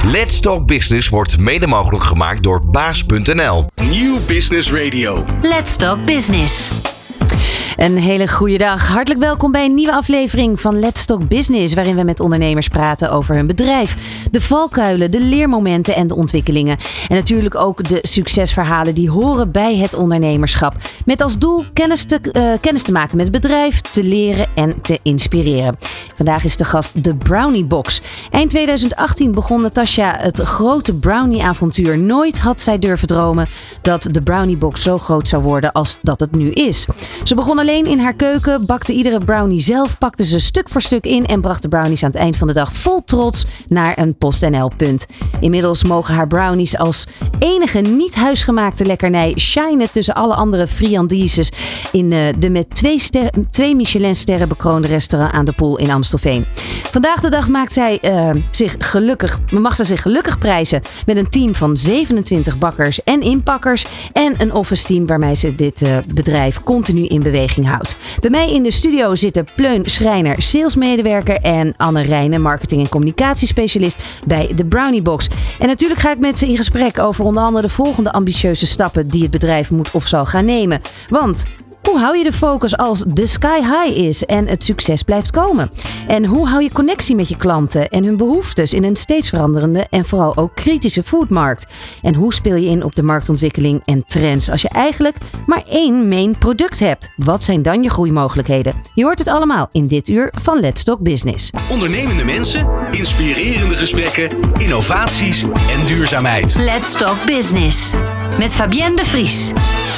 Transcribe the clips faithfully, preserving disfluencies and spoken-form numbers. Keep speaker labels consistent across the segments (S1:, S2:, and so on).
S1: Let's Talk Business wordt mede mogelijk gemaakt door baas punt n l.
S2: Nieuw Business Radio.
S3: Let's Talk Business.
S4: Een hele goede dag. Hartelijk welkom bij een nieuwe aflevering van Let's Talk Business, waarin we met ondernemers praten over hun bedrijf, de valkuilen, de leermomenten en de ontwikkelingen. En natuurlijk ook de succesverhalen die horen bij het ondernemerschap. Met als doel kennis te, uh, kennis te maken met het bedrijf, te leren en te inspireren. Vandaag is de gast de Brownie Box. Eind tweeduizend achttien begon Natasja het grote brownie-avontuur. Nooit had zij durven dromen dat de Brownie Box zo groot zou worden als dat het nu is. Ze begon alleen in haar keuken, bakte iedere brownie zelf, pakte ze stuk voor stuk in en bracht de brownies aan het eind van de dag vol trots naar een PostNL punt. Inmiddels mogen haar brownies als enige niet huisgemaakte lekkernij shinen tussen alle andere friandises in uh, de met twee, ster- twee Michelin-sterren bekroonde restaurant aan de Poel in Amstelveen. Vandaag de dag maakt zij uh, zich gelukkig, mag ze zich gelukkig prijzen met een team van zevenentwintig bakkers en inpakkers en een office team waarmee ze dit uh, bedrijf continu in beweging houdt. Bij mij in de studio zitten Pleun Schrijner, salesmedewerker, en Anne Rijnen, marketing- en communicatiespecialist bij de Brownie Box. En natuurlijk ga ik met ze in gesprek over onder andere de volgende ambitieuze stappen die het bedrijf moet of zal gaan nemen. Want hoe hou je de focus als de sky high is en het succes blijft komen? En hoe hou je connectie met je klanten en hun behoeftes in een steeds veranderende en vooral ook kritische foodmarkt? En hoe speel je in op de marktontwikkeling en trends als je eigenlijk maar één main product hebt? Wat zijn dan je groeimogelijkheden? Je hoort het allemaal in dit uur van Let's Talk Business.
S2: Ondernemende mensen, inspirerende gesprekken, innovaties en duurzaamheid.
S3: Let's Talk Business met Fabienne de Vries.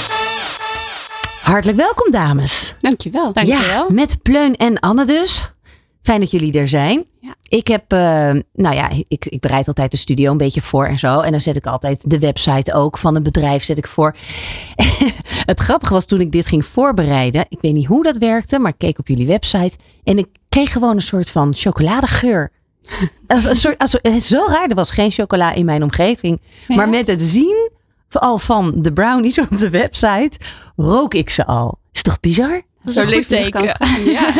S4: Hartelijk welkom, dames.
S5: Dankjewel.
S4: Dankjewel. Ja, met Pleun en Anne dus. Fijn dat jullie er zijn.
S5: Ja.
S4: Ik heb, uh, nou ja, ik, ik bereid altijd de studio een beetje voor en zo. En dan zet ik altijd de website ook van een bedrijf zet ik voor. Het grappige was toen ik dit ging voorbereiden. Ik weet niet hoe dat werkte, maar ik keek op jullie website. En ik kreeg gewoon een soort van chocoladegeur. een soort, also, zo raar, er was geen chocola in mijn omgeving. Ja. Maar met het zien al van de brownies op de website rook ik ze al. Is toch bizar?
S5: Dat is een goed teken. Ja.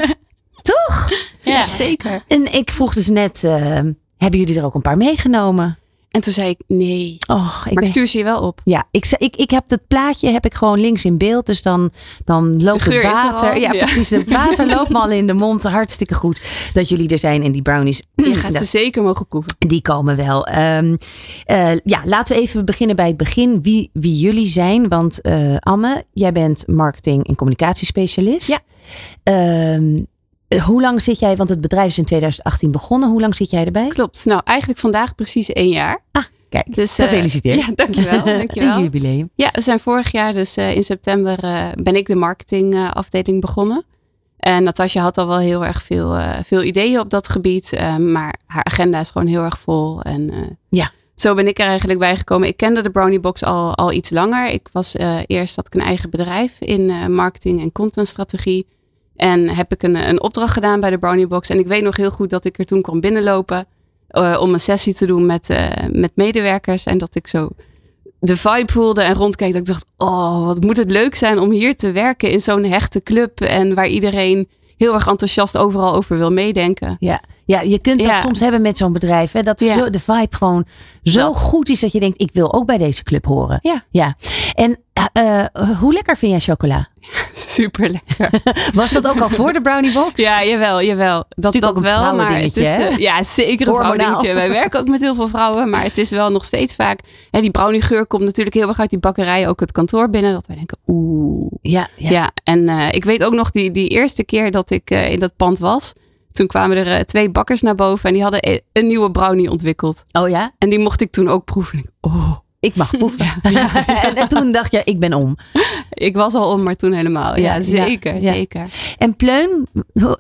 S4: Toch?
S5: Ja, zeker.
S4: En ik vroeg dus net, uh, hebben jullie er ook een paar meegenomen?
S5: En toen zei ik nee.
S4: Oh, ik
S5: maar
S4: ben...
S5: ik stuur ze je wel op.
S4: Ja, ik, ik, ik heb het plaatje heb ik gewoon links in beeld. Dus dan, dan loopt het water. Ja, ja, precies. Het water loopt me al in de mond. Hartstikke goed dat jullie er zijn. En die brownies.
S5: Je gaat ze zeker mogen proeven.
S4: Die komen wel. Um, uh, ja, laten we even beginnen bij het begin. Wie, wie jullie zijn. Want uh, Anne, jij bent marketing- en communicatiespecialist.
S5: Ja.
S4: Um, Hoe lang zit jij, want het bedrijf is in tweeduizend achttien begonnen. Hoe lang zit jij erbij?
S5: Klopt. Nou, eigenlijk vandaag precies één jaar.
S4: Ah, kijk.
S5: Dus,
S4: gefeliciteerd.
S5: Uh, ja, dankjewel. dankjewel.
S4: Een jubileum.
S5: Ja, we zijn vorig jaar, dus uh, in september, uh, ben ik de marketingafdeling uh, begonnen. En Natasja had al wel heel erg veel, uh, veel ideeën op dat gebied. Uh, maar haar agenda is gewoon heel erg vol. En uh,
S4: ja.
S5: Zo ben ik er eigenlijk bij gekomen. Ik kende de Brownie Box al, al iets langer. Ik was uh, eerst had ik een eigen bedrijf in uh, marketing en contentstrategie. En heb ik een, een opdracht gedaan bij de Brownie Box. En ik weet nog heel goed dat ik er toen kwam binnenlopen. Uh, om een sessie te doen met, uh, met medewerkers. En dat ik zo de vibe voelde en rondkeek. Dat ik dacht, oh, wat moet het leuk zijn om hier te werken in zo'n hechte club. En waar iedereen heel erg enthousiast overal over wil meedenken.
S4: Ja, ja je kunt dat ja. soms hebben met zo'n bedrijf. Hè, dat ja. zo, de vibe gewoon zo dat. goed is dat je denkt, ik wil ook bij deze club horen.
S5: Ja.
S4: ja. En uh, hoe lekker vind jij chocola?
S5: Super lekker.
S4: Was dat ook al voor de Brownie Box?
S5: Ja, jawel, jawel. Dat, dat
S4: ook
S5: wel, maar het is uh, ja, zeker een vrouwdingetje. Wij werken ook met heel veel vrouwen, maar het is wel nog steeds vaak. Hè, die brownie geur komt natuurlijk heel erg uit die bakkerij, ook het kantoor binnen. Dat wij denken, oeh.
S4: Ja, ja.
S5: ja en uh, ik weet ook nog die, die eerste keer dat ik uh, in dat pand was. Toen kwamen er uh, twee bakkers naar boven en die hadden een nieuwe brownie ontwikkeld.
S4: Oh ja?
S5: En die mocht ik toen ook proeven. Oh.
S4: Ik mag proeven. Ja, ja. en, en toen dacht je, ik ben om.
S5: Ik was al om, maar toen helemaal. Ja, ja zeker, ja, zeker. Ja.
S4: En Pleun, hoe,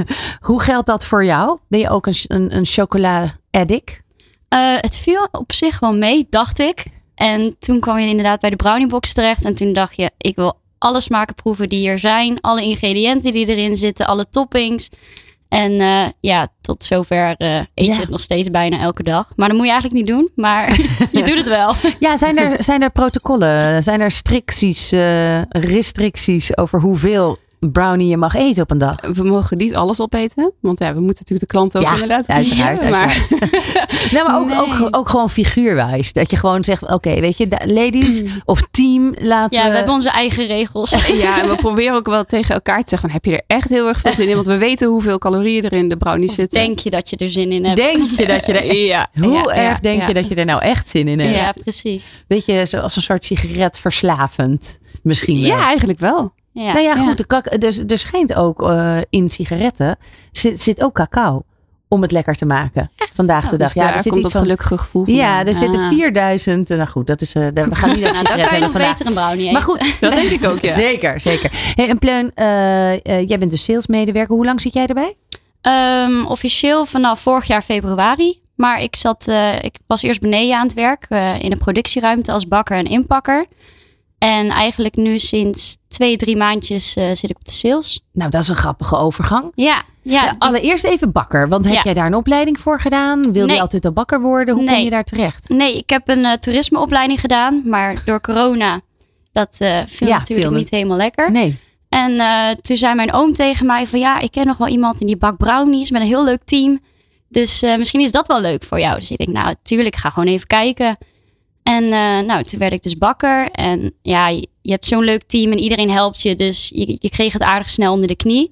S4: hoe geldt dat voor jou? Ben je ook een, een, een chocola-addict?
S6: Uh, het viel op zich wel mee, dacht ik. En toen kwam je inderdaad bij de Brownie Box terecht. En toen dacht je, ik wil alle smaken proeven die er zijn. Alle ingrediënten die erin zitten, alle toppings. En uh, ja, tot zover uh, eet je ja. het nog steeds bijna elke dag. Maar dat moet je eigenlijk niet doen. Maar je doet het wel.
S4: Ja, zijn er, zijn er protocollen? Zijn er stricties, uh, restricties over hoeveel brownie je mag eten op een dag?
S5: We mogen niet alles opeten. Want ja, we moeten natuurlijk de klant ook
S4: ja,
S5: kunnen laten
S4: uiteraard,
S5: eten. Maar...
S4: nou, maar ook,
S5: Nee.
S4: ook, ook gewoon figuurwijs. Dat je gewoon zegt, oké, okay, weet je, ladies of team laten
S6: Ja,
S4: we...
S6: we hebben onze eigen regels.
S5: Ja, en we proberen ook wel tegen elkaar te zeggen van, heb je er echt heel erg veel zin in? Want we weten hoeveel calorieën er in de brownies
S6: Of
S5: zitten.
S6: denk je dat je er zin in hebt?
S4: Denk je dat je er...
S5: Ja,
S4: Hoe
S5: ja,
S4: erg
S5: ja,
S4: denk
S5: ja.
S4: je dat je er nou echt zin in hebt?
S6: Ja, precies.
S4: Weet je, zoals een soort sigaret verslavend. Misschien wel.
S5: Ja, eigenlijk wel.
S6: Ja.
S4: Nou ja,
S5: Ja.
S4: goed. De kak, dus, er schijnt ook uh, in sigaretten zit, zit ook cacao om het lekker te maken. Vandaag de
S6: Oh,
S4: dag.
S5: Dus
S4: Ja,
S5: daar
S4: er zit
S5: komt
S4: iets
S5: dat
S4: van,
S5: gelukkige gevoel
S4: ja,
S5: van.
S4: er zitten
S5: Ah.
S4: vierduizend. Nou goed, dat is. Uh, we gaan niet over
S6: Nou, dan
S4: sigaretten
S6: kan je nog
S4: vandaag.
S6: beter een brownie eten.
S4: Maar goed,
S5: Dat denk ik ook, ja.
S4: Zeker, zeker. Hey, en Pleun, uh, uh, jij bent dus salesmedewerker. Hoe lang zit jij erbij?
S6: Um, officieel vanaf vorig jaar februari. Maar ik, zat, uh, ik was eerst beneden aan het werk uh, in de productieruimte als bakker en inpakker. En eigenlijk nu sinds twee, drie maandjes uh, zit ik op de sales.
S4: Nou, dat is een grappige overgang.
S6: Ja, ja.
S4: Ja, allereerst even bakker. Want heb
S6: Ja.
S4: jij daar een opleiding voor gedaan? Wilde
S6: Nee.
S4: je altijd al bakker worden? Hoe kom
S6: Nee.
S4: je daar terecht?
S6: Nee, ik heb een uh, toerismeopleiding gedaan. Maar door corona, dat uh, viel
S4: Ja,
S6: natuurlijk
S4: viel
S6: niet helemaal lekker.
S4: Nee.
S6: En uh, toen zei mijn oom tegen mij van ja, ik ken nog wel iemand in die bak brownies met een heel leuk team. Dus uh, misschien is dat wel leuk voor jou. Dus ik denk, nou tuurlijk, ik ga gewoon even kijken. En uh, nou, toen werd ik dus bakker. En ja, je, je hebt zo'n leuk team en iedereen helpt je. Dus je, je kreeg het aardig snel onder de knie.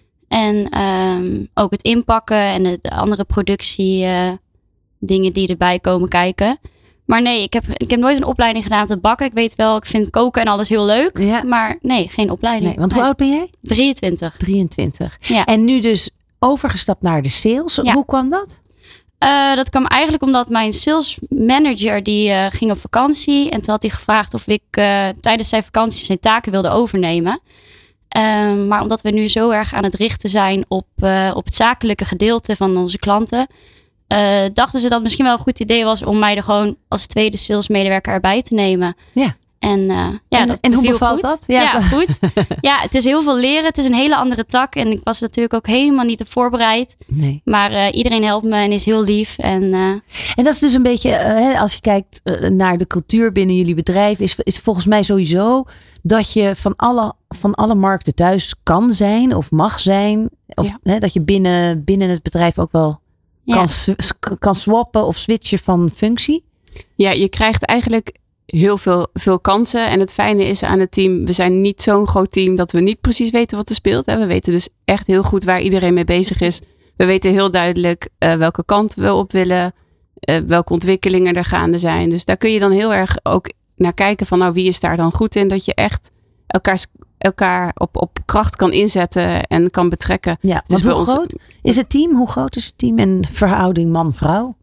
S6: En um, ook het inpakken en de, de andere productie uh, dingen die erbij komen kijken. Maar nee, ik heb, ik heb nooit een opleiding gedaan te bakken. Ik weet wel, ik vind koken en alles heel leuk.
S4: Ja.
S6: Maar nee, geen opleiding.
S4: nee. Want hoe
S6: Nee.
S4: oud ben jij?
S6: drieëntwintig.
S4: drieëntwintig.
S6: Ja.
S4: En nu dus overgestapt naar de sales.
S6: Ja.
S4: Hoe kwam dat?
S6: Uh, dat kwam eigenlijk omdat mijn sales manager die uh, ging op vakantie. En toen had hij gevraagd of ik uh, tijdens zijn vakantie zijn taken wilde overnemen. Uh, maar omdat we nu zo erg aan het richten zijn op, uh, op het zakelijke gedeelte van onze klanten. Uh, dachten ze dat het misschien wel een goed idee was om mij er gewoon als tweede salesmedewerker erbij te nemen.
S4: Ja.
S6: En, uh, ja,
S4: En-
S6: dat
S4: en hoe
S6: beviel
S4: bevalt
S6: goed.
S4: dat?
S6: Ja,
S4: Ja.
S6: goed. Ja, het is heel veel leren. Het is een hele andere tak. En ik was natuurlijk ook helemaal niet op voorbereid.
S4: Nee.
S6: Maar uh, iedereen helpt me en is heel lief. En uh,
S4: En dat is dus een beetje, uh, hè, als je kijkt uh, naar de cultuur binnen jullie bedrijf, is, is volgens mij sowieso dat je van alle, van alle markten thuis kan zijn of mag zijn. Of
S5: Ja.
S4: hè, dat je binnen, binnen het bedrijf ook wel
S6: ja.
S4: kan, s- kan swappen of switchen van functie.
S5: Ja, je krijgt eigenlijk heel veel, veel kansen. En het fijne is aan het team, we zijn niet zo'n groot team dat we niet precies weten wat er speelt. We weten dus echt heel goed waar iedereen mee bezig is. We weten heel duidelijk uh, welke kant we op willen, uh, welke ontwikkelingen er gaande zijn. Dus daar kun je dan heel erg ook naar kijken van nou, wie is daar dan goed in? Dat je echt elkaar, elkaar op, op kracht kan inzetten en kan betrekken.
S4: Ja,
S5: Het is
S4: want
S5: bij
S4: hoe
S5: ons-
S4: groot is het team? Hoe groot is het team en verhouding man-vrouw?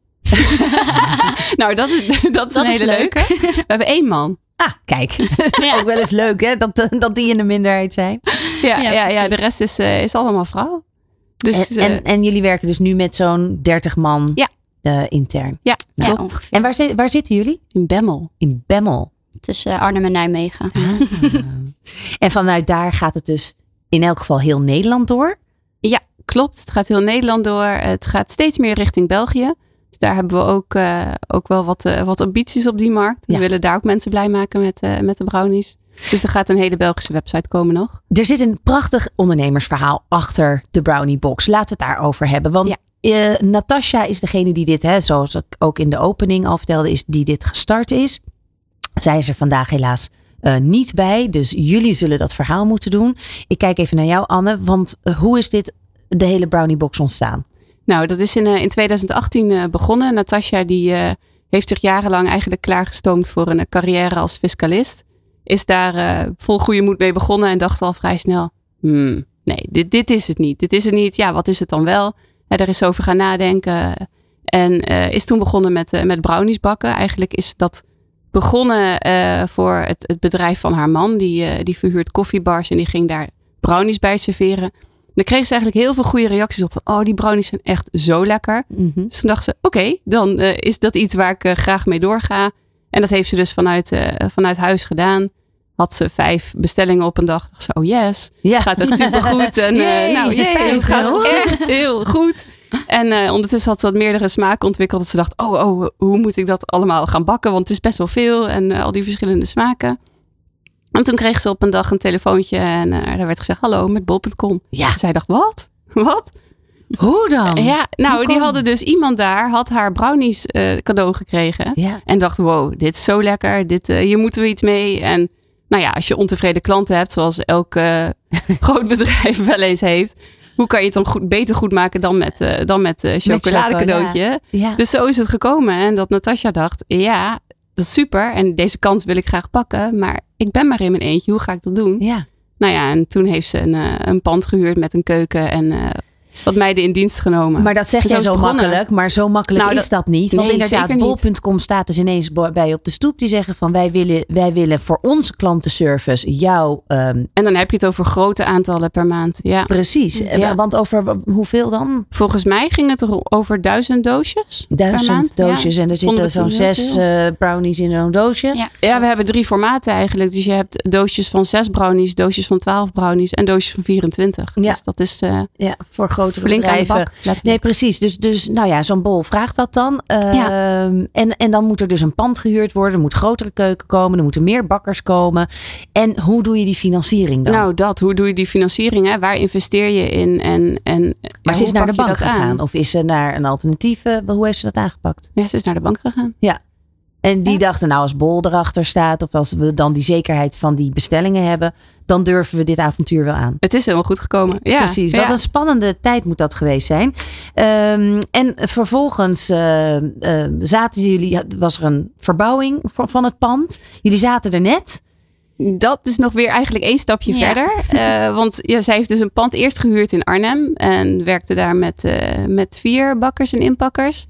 S5: Nou, dat is, dat is
S6: Dat
S5: een
S6: is
S5: hele
S6: leuk.
S5: leuke. We hebben één man.
S4: Ah, kijk.
S6: Ja.
S4: Ook wel eens leuk hè, dat, dat die in de minderheid zijn.
S5: Ja,
S6: Ja,
S5: ja, ja, de
S6: precies.
S5: rest is, uh, is allemaal vrouw. Dus,
S4: En,
S5: uh,
S4: en, en jullie werken dus nu met zo'n dertig man
S5: Ja.
S4: uh, intern.
S5: ja,
S6: Ja,
S5: klopt.
S6: ongeveer.
S4: En waar, zit- waar zitten jullie?
S5: In Bemmel.
S4: In Bemmel.
S6: Tussen Arnhem en Nijmegen.
S4: En vanuit daar gaat het dus in elk geval heel Nederland door.
S5: Ja, klopt. Het gaat heel Nederland door. Het gaat steeds meer richting België. Dus daar hebben we ook, uh, ook wel wat, uh, wat ambities op die markt. We
S4: Ja.
S5: willen daar ook mensen blij maken met, uh, met de brownies. Dus er gaat een hele Belgische website komen nog.
S4: Er zit een prachtig ondernemersverhaal achter de Brownie Box. Laten we het daarover hebben. Want uh, Natasja is degene die dit, hè, zoals ik ook in de opening al vertelde, is die dit gestart is. Zij is er vandaag helaas uh, niet bij. Dus jullie zullen dat verhaal moeten doen. Ik kijk even naar jou, Anne. Want uh, hoe is dit de hele Brownie Box ontstaan?
S5: Nou, dat is in, uh, in twintig achttien uh, begonnen. Natasja die uh, heeft zich jarenlang eigenlijk klaargestoomd voor een uh, carrière als fiscalist. Is daar uh, vol goede moed mee begonnen en dacht al vrij snel, hmm, nee, dit, dit is het niet. Dit is het niet. Ja, wat is het dan wel? Hè, er is over gaan nadenken. En uh, is toen begonnen met, uh, met brownies bakken. Eigenlijk is dat begonnen uh, voor het, het bedrijf van haar man. Die, uh, die verhuurt koffiebars en die ging daar brownies bij serveren. Dan kreeg ze eigenlijk heel veel goede reacties op. Van, oh, die brownies zijn echt zo lekker.
S4: Mm-hmm.
S5: Dus toen dacht ze, oké, okay, dan uh, is dat iets waar ik uh, graag mee doorga. En dat heeft ze dus vanuit, uh, vanuit huis gedaan. Had ze vijf bestellingen op een dag. Dacht ze, oh yes,
S4: Ja.
S5: gaat echt supergoed. En uh,
S4: Yay,
S5: nou, jee,
S4: fijn.
S5: het gaat echt heel goed. En uh, ondertussen had ze wat meerdere smaken ontwikkeld. Dat ze dacht, oh, oh, hoe moet ik dat allemaal gaan bakken? Want het is best wel veel en uh, al die verschillende smaken. En toen kreeg ze op een dag een telefoontje en uh, daar werd gezegd, hallo, met bol punt com.
S4: Ja.
S5: Zij dacht, wat? Wat?
S4: Hoe dan?
S5: Ja, nou,
S4: Hoe
S5: die
S4: kom?
S5: hadden dus iemand daar, had haar brownies uh, cadeau gekregen.
S4: Ja.
S5: En dacht, wow, dit is zo lekker. Dit, uh, hier moeten we iets mee. En nou ja, als je ontevreden klanten hebt, zoals elk uh, groot bedrijf wel eens heeft. Hoe kan je het dan goed, beter goed maken dan met, uh, dan met uh, chocoladecadeautje?
S4: Ja. Ja.
S5: Dus zo is het gekomen. En dat Natasja dacht, ja, dat is super. En deze kans wil ik graag pakken. Maar ik ben maar in mijn eentje. Hoe ga ik dat doen?
S4: Ja.
S5: Nou ja, en toen heeft ze een, uh, een pand gehuurd met een keuken en uh, wat meiden in dienst genomen.
S4: Maar dat zeg
S5: Dus
S4: jij
S5: is
S4: zo
S5: begonnen.
S4: makkelijk. Maar zo makkelijk
S5: Nou,
S4: is dat, dat niet. Want
S5: nee,
S4: inderdaad,
S5: zeker niet.
S4: bol punt com staat dus ineens bij je op de stoep. Die zeggen van wij willen, wij willen voor onze klantenservice jou... Um,
S5: En dan heb je het over grote aantallen per maand. Ja.
S4: precies.
S5: Ja.
S4: Want over w- hoeveel dan?
S5: Volgens mij ging het er over duizend doosjes per
S4: Duizend
S5: maand.
S4: doosjes.
S5: Ja.
S4: En er
S5: Vonden
S4: zitten
S5: we
S4: zo'n
S5: toen heel
S4: zes
S5: veel.
S4: uh, brownies in zo'n doosje.
S6: Ja,
S5: Ja, we hebben drie formaten eigenlijk. Dus je hebt doosjes van zes brownies, doosjes van twaalf brownies en doosjes van vierentwintig.
S4: Ja.
S5: Dus dat is uh,
S4: Ja, voor grotere
S5: flink aan de
S4: bedrijven.
S5: bak. letterlijk.
S4: Nee, precies. Dus, dus nou ja, zo'n bol vraagt dat dan. Uh,
S5: Ja.
S4: en, en dan moet er dus een pand gehuurd worden. Er moet grotere keuken komen. Er moeten meer bakkers komen. En hoe doe je die financiering dan?
S5: Nou, dat. Hoe doe je die financiering? Hè? Waar investeer je in? En, en
S4: maar
S5: ja,
S4: ze
S5: hoe
S4: is naar
S5: pak
S4: de
S5: je
S4: bank
S5: dat aan?
S4: gegaan? Of is ze naar een alternatief? Uh, hoe heeft ze dat aangepakt?
S5: Ja, ze is naar de bank gegaan.
S4: En die
S5: Ja.
S4: dachten, nou als Bol erachter staat... of als we dan die zekerheid van die bestellingen hebben... dan durven we dit avontuur wel aan.
S5: Het is helemaal goed gekomen. Ja,
S4: Precies,
S5: ja.
S4: wat een spannende tijd moet dat geweest zijn. Um, en vervolgens uh, uh, zaten jullie... was er een verbouwing van, van het pand. Jullie zaten er net...
S5: Dat is nog weer eigenlijk één stapje
S6: Ja.
S5: verder. Uh, want ja, zij heeft dus een pand eerst gehuurd in Arnhem. En werkte daar met, uh, met vier bakkers en inpakkers.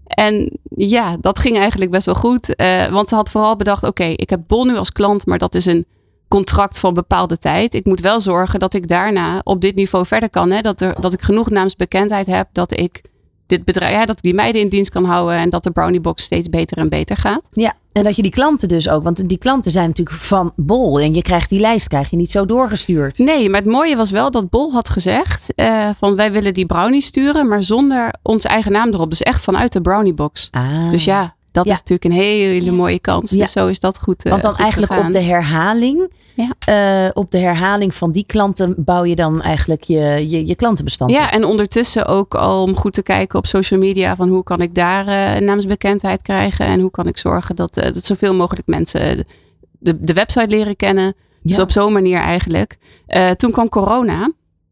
S5: En ja, dat ging eigenlijk best wel goed. Uh, want ze had vooral bedacht, oké, okay, ik heb Bol nu als klant. Maar dat is een contract van bepaalde tijd. Ik moet wel zorgen dat ik daarna op dit niveau verder kan. Hè? Dat, er, dat ik genoeg naamsbekendheid heb. Dat ik dit bedrijf, ja, dat ik die meiden in dienst kan houden. En dat de Brownie Box steeds beter en beter gaat.
S4: Ja, en dat je die klanten dus ook... want die klanten zijn natuurlijk van Bol... en je krijgt die lijst krijg je niet zo doorgestuurd.
S5: Nee, maar het mooie was wel dat Bol had gezegd... Uh, van wij willen die brownie sturen... maar zonder onze eigen naam erop. Dus echt vanuit de Brownie Box.
S4: Ah.
S5: Dus ja, dat
S4: Ja.
S5: is natuurlijk een hele mooie kans.
S4: Ja.
S5: Dus zo is dat goed uh,
S4: Want dan
S5: goed
S4: eigenlijk
S5: gegaan.
S4: op de herhaling...
S5: Ja.
S4: Uh, op de herhaling van die klanten... bouw je dan eigenlijk je, je, je klantenbestand op.
S5: Ja, en ondertussen ook al om goed te kijken op social media... van hoe kan ik daar uh, naamsbekendheid krijgen... en hoe kan ik zorgen dat, uh, dat zoveel mogelijk mensen de, de website leren kennen. Ja. Dus op zo'n manier eigenlijk. Uh, toen kwam corona...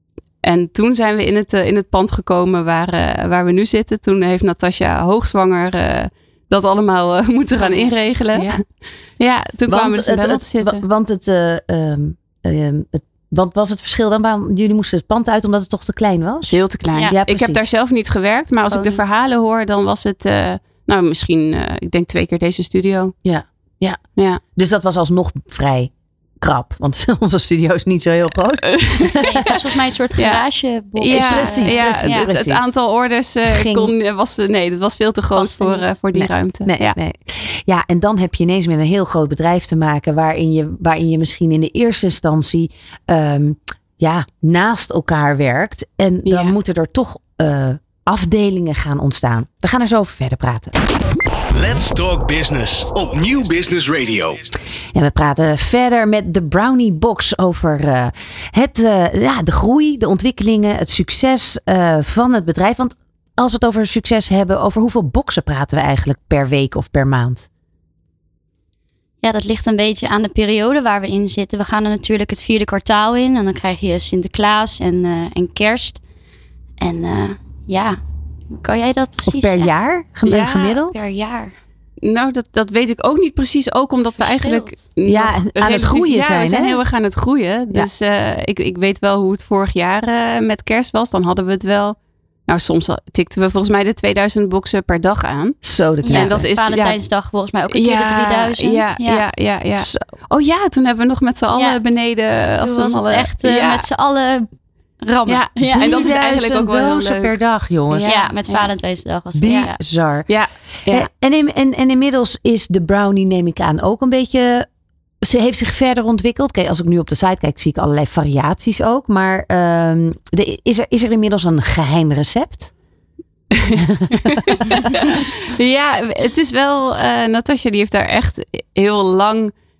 S5: En toen zijn we in het, uh, in het pand gekomen waar, uh, waar we nu zitten. Toen heeft Natasja hoogzwanger uh, dat allemaal uh, moeten gaan inregelen.
S4: Ja,
S5: ja toen
S4: want
S5: kwamen we dus in
S4: het,
S5: Bellen
S4: het,
S5: te zitten.
S4: Want het, uh, um, um, het... Wat was het verschil dan? Waarom, jullie moesten het pand uit omdat het toch te klein was?
S5: Veel te klein.
S6: Ja.
S4: Ja,
S5: ik heb daar zelf niet gewerkt. Maar als
S6: Oh,
S5: ik de verhalen hoor, dan was het... Uh, nou, misschien, uh, ik denk twee keer deze studio.
S4: Ja, ja.
S5: ja.
S4: Dus dat was alsnog vrij krap. Want onze studio is niet zo heel groot.
S6: Nee, het was volgens mij een soort garage.
S5: Ja,
S4: precies,
S5: ja,
S4: precies,
S5: het, het,
S4: precies.
S5: het aantal orders uh,
S4: Ging-
S5: kon, was... Nee, dat was veel te groot
S6: Paste
S5: voor, uh,
S6: niet.
S5: voor die
S4: Nee,
S5: ruimte.
S4: Nee,
S5: ja.
S4: nee. Ja, en dan heb je ineens met een heel groot bedrijf te maken... waarin je, waarin je misschien in de eerste instantie... Um, ja, naast elkaar werkt. En dan
S5: Ja.
S4: moeten er toch uh, afdelingen gaan ontstaan. We gaan er zo over verder praten.
S2: Let's Talk Business op Nieuw Business Radio.
S4: En we praten verder met de Brownie Box over uh, het, uh, ja, de groei, de ontwikkelingen, het succes uh, van het bedrijf. Want als we het over succes hebben, over hoeveel boxen praten we eigenlijk per week of per maand?
S6: Ja, dat ligt een beetje aan de periode waar we in zitten. We gaan er natuurlijk het vierde kwartaal in. En dan krijg je Sinterklaas en, uh, en Kerst. En uh, ja, kan jij dat precies
S4: Of per
S6: zeggen?
S4: jaar gem-
S5: Ja,
S4: gemiddeld?
S6: Per jaar.
S5: Nou, dat, dat weet ik ook niet precies. Ook omdat we
S6: Verschilt.
S5: eigenlijk
S4: Ja,
S5: nog
S4: aan het
S5: relatief-
S4: groeien
S5: ja,
S4: zijn,
S5: we zijn
S4: hè?
S5: heel erg aan het groeien. Dus uh, ik, ik weet wel hoe het vorig jaar uh, met kerst was. Dan hadden we het wel... Nou, soms al- tikten we volgens mij de tweeduizend boxen per dag aan.
S4: Zo de
S6: Ja,
S4: knap.
S5: en dat is-
S6: Valentijnsdag volgens mij ook een keer de drieduizend.
S5: Ja, ja, ja, ja.
S4: Zo.
S5: Oh ja, toen hebben we nog met z'n allen
S6: Ja, t-
S5: beneden... Als
S6: Toen
S5: we
S6: was het
S5: alle,
S6: echt uh,
S5: ja.
S6: met z'n allen rammen.
S5: Ja,
S6: ja.
S5: en dat is eigenlijk
S4: drieduizend
S5: ook wel heel
S4: dozen
S5: leuk.
S4: per dag, jongens.
S6: Ja,
S5: Ja,
S6: met
S5: ja.
S6: Valentijnsdag was het. Ja.
S4: Bizar.
S5: Ja, ja.
S4: En, en, en, en inmiddels is de brownie, neem ik aan, ook een beetje... Ze heeft zich verder ontwikkeld. Kijk, als ik nu op de site kijk, zie ik allerlei variaties ook. Maar um, de, is, er, is er inmiddels een geheim recept?
S5: Ja, het is wel... Uh, Natasja die heeft daar echt heel lang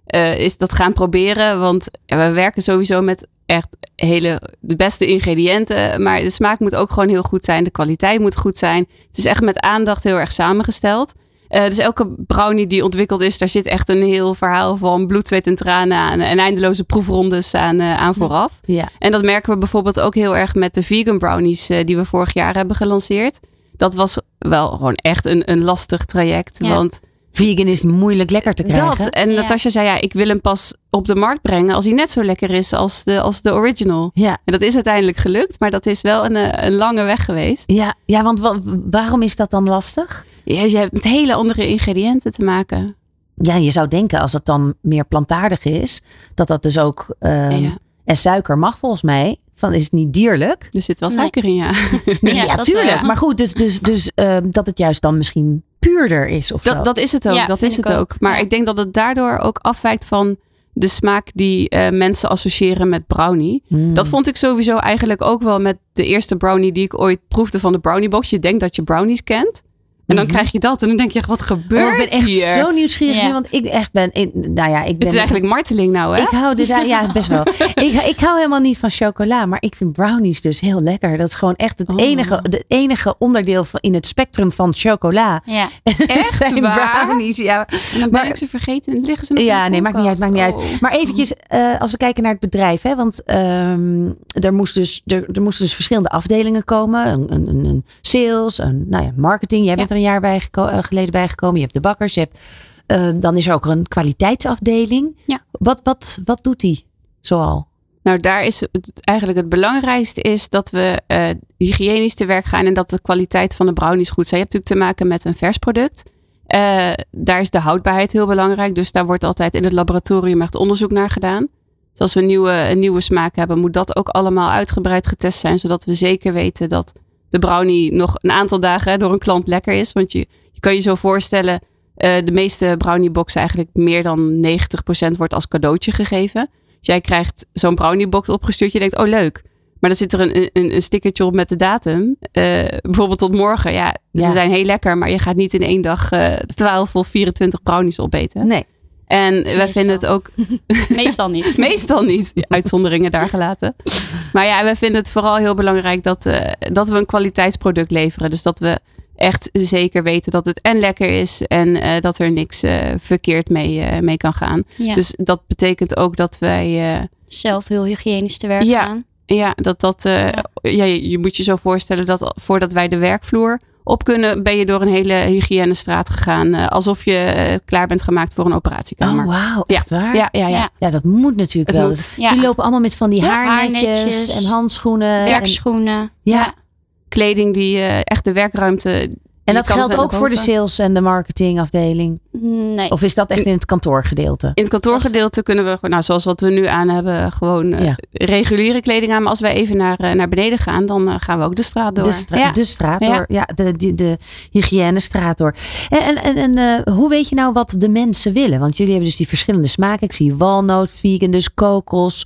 S5: uh, is dat gaan proberen. Want ja, we werken sowieso met echt hele de beste ingrediënten. Maar de smaak moet ook gewoon heel goed zijn. De kwaliteit moet goed zijn. Het is echt met aandacht heel erg samengesteld. Uh, dus elke brownie die ontwikkeld is, daar zit echt een heel verhaal van bloed, zweet en tranen aan. En eindeloze proefrondes aan, uh, aan vooraf.
S4: Ja.
S5: En dat merken we bijvoorbeeld ook heel erg met de vegan brownies uh, die we vorig jaar hebben gelanceerd. Dat was wel gewoon echt een, een lastig traject.
S6: Ja.
S5: Want
S4: vegan is moeilijk lekker te krijgen.
S5: dat. En
S6: Ja.
S5: Natasja zei, ja, ik wil hem pas op de markt brengen als hij net zo lekker is als de, als de original.
S4: Ja.
S5: En dat is uiteindelijk gelukt, maar dat is wel een, een lange weg geweest.
S4: Ja, ja, want wa- waarom is dat dan lastig?
S5: Ja, je hebt met hele andere ingrediënten te maken.
S4: Ja, je zou denken als het dan meer plantaardig is, dat dat dus ook... Um,
S5: Ja.
S4: En suiker mag volgens mij, van is het niet dierlijk?
S5: Er zit wel
S6: Nee.
S5: suiker in, ja.
S4: Nee,
S6: Ja,
S4: ja,
S6: dat
S4: tuurlijk.
S6: wel.
S4: Maar goed, dus, dus, dus um, dat het juist dan misschien puurder is of zo.
S5: Dat, dat is het ook.
S6: Ja,
S5: dat
S6: vind
S5: is
S6: ik
S5: het ook.
S6: ook.
S5: Maar
S6: Ja.
S5: ik denk dat het daardoor ook afwijkt van de smaak die uh, mensen associëren met brownie.
S4: Hmm.
S5: Dat vond ik sowieso eigenlijk ook wel met de eerste brownie die ik ooit proefde van de Brownie Box. Je denkt dat je brownies kent. En dan
S4: Mhm.
S5: krijg je dat en dan denk je, wat gebeurt
S4: Oh, ik ben echt
S5: hier?
S4: zo nieuwsgierig
S6: Ja.
S4: nu, want ik echt ben... In, nou ja, ik ben...
S5: Het is eigenlijk marteling nou, hè?
S4: Ik hou dus, ja, best wel. ik, ik hou helemaal niet van chocola, maar ik vind brownies dus heel lekker. Dat is gewoon echt het
S5: Oh.
S4: enige, het enige onderdeel van, in het spectrum van chocola.
S6: Ja.
S5: Echt
S4: zijn
S5: waar?
S4: brownies. Ja,
S5: En dan ben
S4: Maar-
S5: ik ze vergeten en dan liggen ze nog in
S4: ja
S5: de
S4: nee, maakt niet uit, maakt niet
S5: koelkast.
S4: uit. Maar eventjes, uh, als we kijken naar het bedrijf, hè, want um, er, moest dus, er, er moesten dus verschillende afdelingen komen. Een, een, een sales, een nou ja, marketing. Jij bent
S5: Ja.
S4: er een jaar bij geko- uh, geleden bijgekomen. Je hebt de bakkers. Je hebt, uh, dan is er ook een kwaliteitsafdeling.
S5: Ja.
S4: Wat, wat, wat doet die zoal?
S5: Nou, daar is het, eigenlijk het belangrijkste is dat we uh, hygiënisch te werk gaan en dat de kwaliteit van de brownies goed zijn. Je hebt natuurlijk te maken met een vers product. Uh, daar is de houdbaarheid heel belangrijk. Dus daar wordt altijd in het laboratorium echt onderzoek naar gedaan. Dus als we een nieuwe, een nieuwe smaak hebben, moet dat ook allemaal uitgebreid getest zijn. Zodat we zeker weten dat de brownie nog een aantal dagen door een klant lekker is. Want je, je kan je zo voorstellen, uh, de meeste browniebox eigenlijk meer dan negentig procent wordt als cadeautje gegeven. Dus jij krijgt zo'n browniebox opgestuurd. Je denkt, oh leuk. Maar dan zit er een, een, een stickertje op met de datum. Uh, bijvoorbeeld tot morgen. Ja,
S4: Ja.
S5: ze zijn heel lekker. Maar je gaat niet in één dag uh, twaalf of vierentwintig brownies opeten.
S4: Nee.
S5: En wij
S6: Meestal.
S5: vinden het ook...
S6: Meestal niet.
S5: Meestal niet. Uitzonderingen daar gelaten. Maar ja, wij vinden het vooral heel belangrijk dat, uh, dat we een kwaliteitsproduct leveren. Dus dat we echt zeker weten dat het en lekker is. En uh, dat er niks uh, verkeerd mee, uh, mee kan gaan.
S6: Ja.
S5: Dus dat betekent ook dat wij... Uh,
S6: Zelf heel hygiënisch te werk
S5: Ja.
S6: gaan.
S5: Ja, dat dat. Uh, ja. Ja, je, je moet je zo voorstellen dat voordat wij de werkvloer op kunnen, ben je door een hele hygiënestraat gegaan. Uh, alsof je uh, klaar bent gemaakt voor een operatiekamer.
S4: Oh, wauw.
S5: Ja.
S4: Echt waar?
S5: Ja, ja, ja.
S6: Ja.
S4: Ja, dat moet natuurlijk
S5: Het
S4: wel.
S5: moet.
S4: Dus
S6: Ja.
S4: jullie lopen allemaal met van die
S6: Ja,
S4: haarnetjes,
S6: haarnetjes.
S4: en handschoenen.
S6: Werkschoenen.
S4: En, ja.
S5: Kleding die uh, echt de werkruimte.
S4: En dat geldt ook voor de sales en de marketingafdeling?
S6: Nee.
S4: Of is dat echt in het kantoorgedeelte?
S5: In het kantoorgedeelte kunnen we, nou, zoals wat we nu aan hebben, gewoon uh,
S4: Ja.
S5: reguliere kleding aan. Maar als wij even naar, uh, naar beneden gaan, dan uh, gaan we ook de straat door.
S4: De, stra-
S5: ja.
S4: de straat
S5: Ja.
S4: door. Ja, de, de, de hygiënestraat door. En, en, en, en uh, hoe weet je nou wat de mensen willen? Want jullie hebben dus die verschillende smaken. Ik zie walnoot, vegan, dus kokos,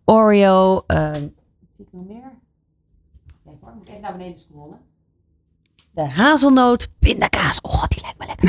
S4: Oreo. Uh, zie ik nog meer? Kijk hoor, moet even naar beneden scrollen. De hazelnoot, pindakaas. Oh, die lijkt me lekker.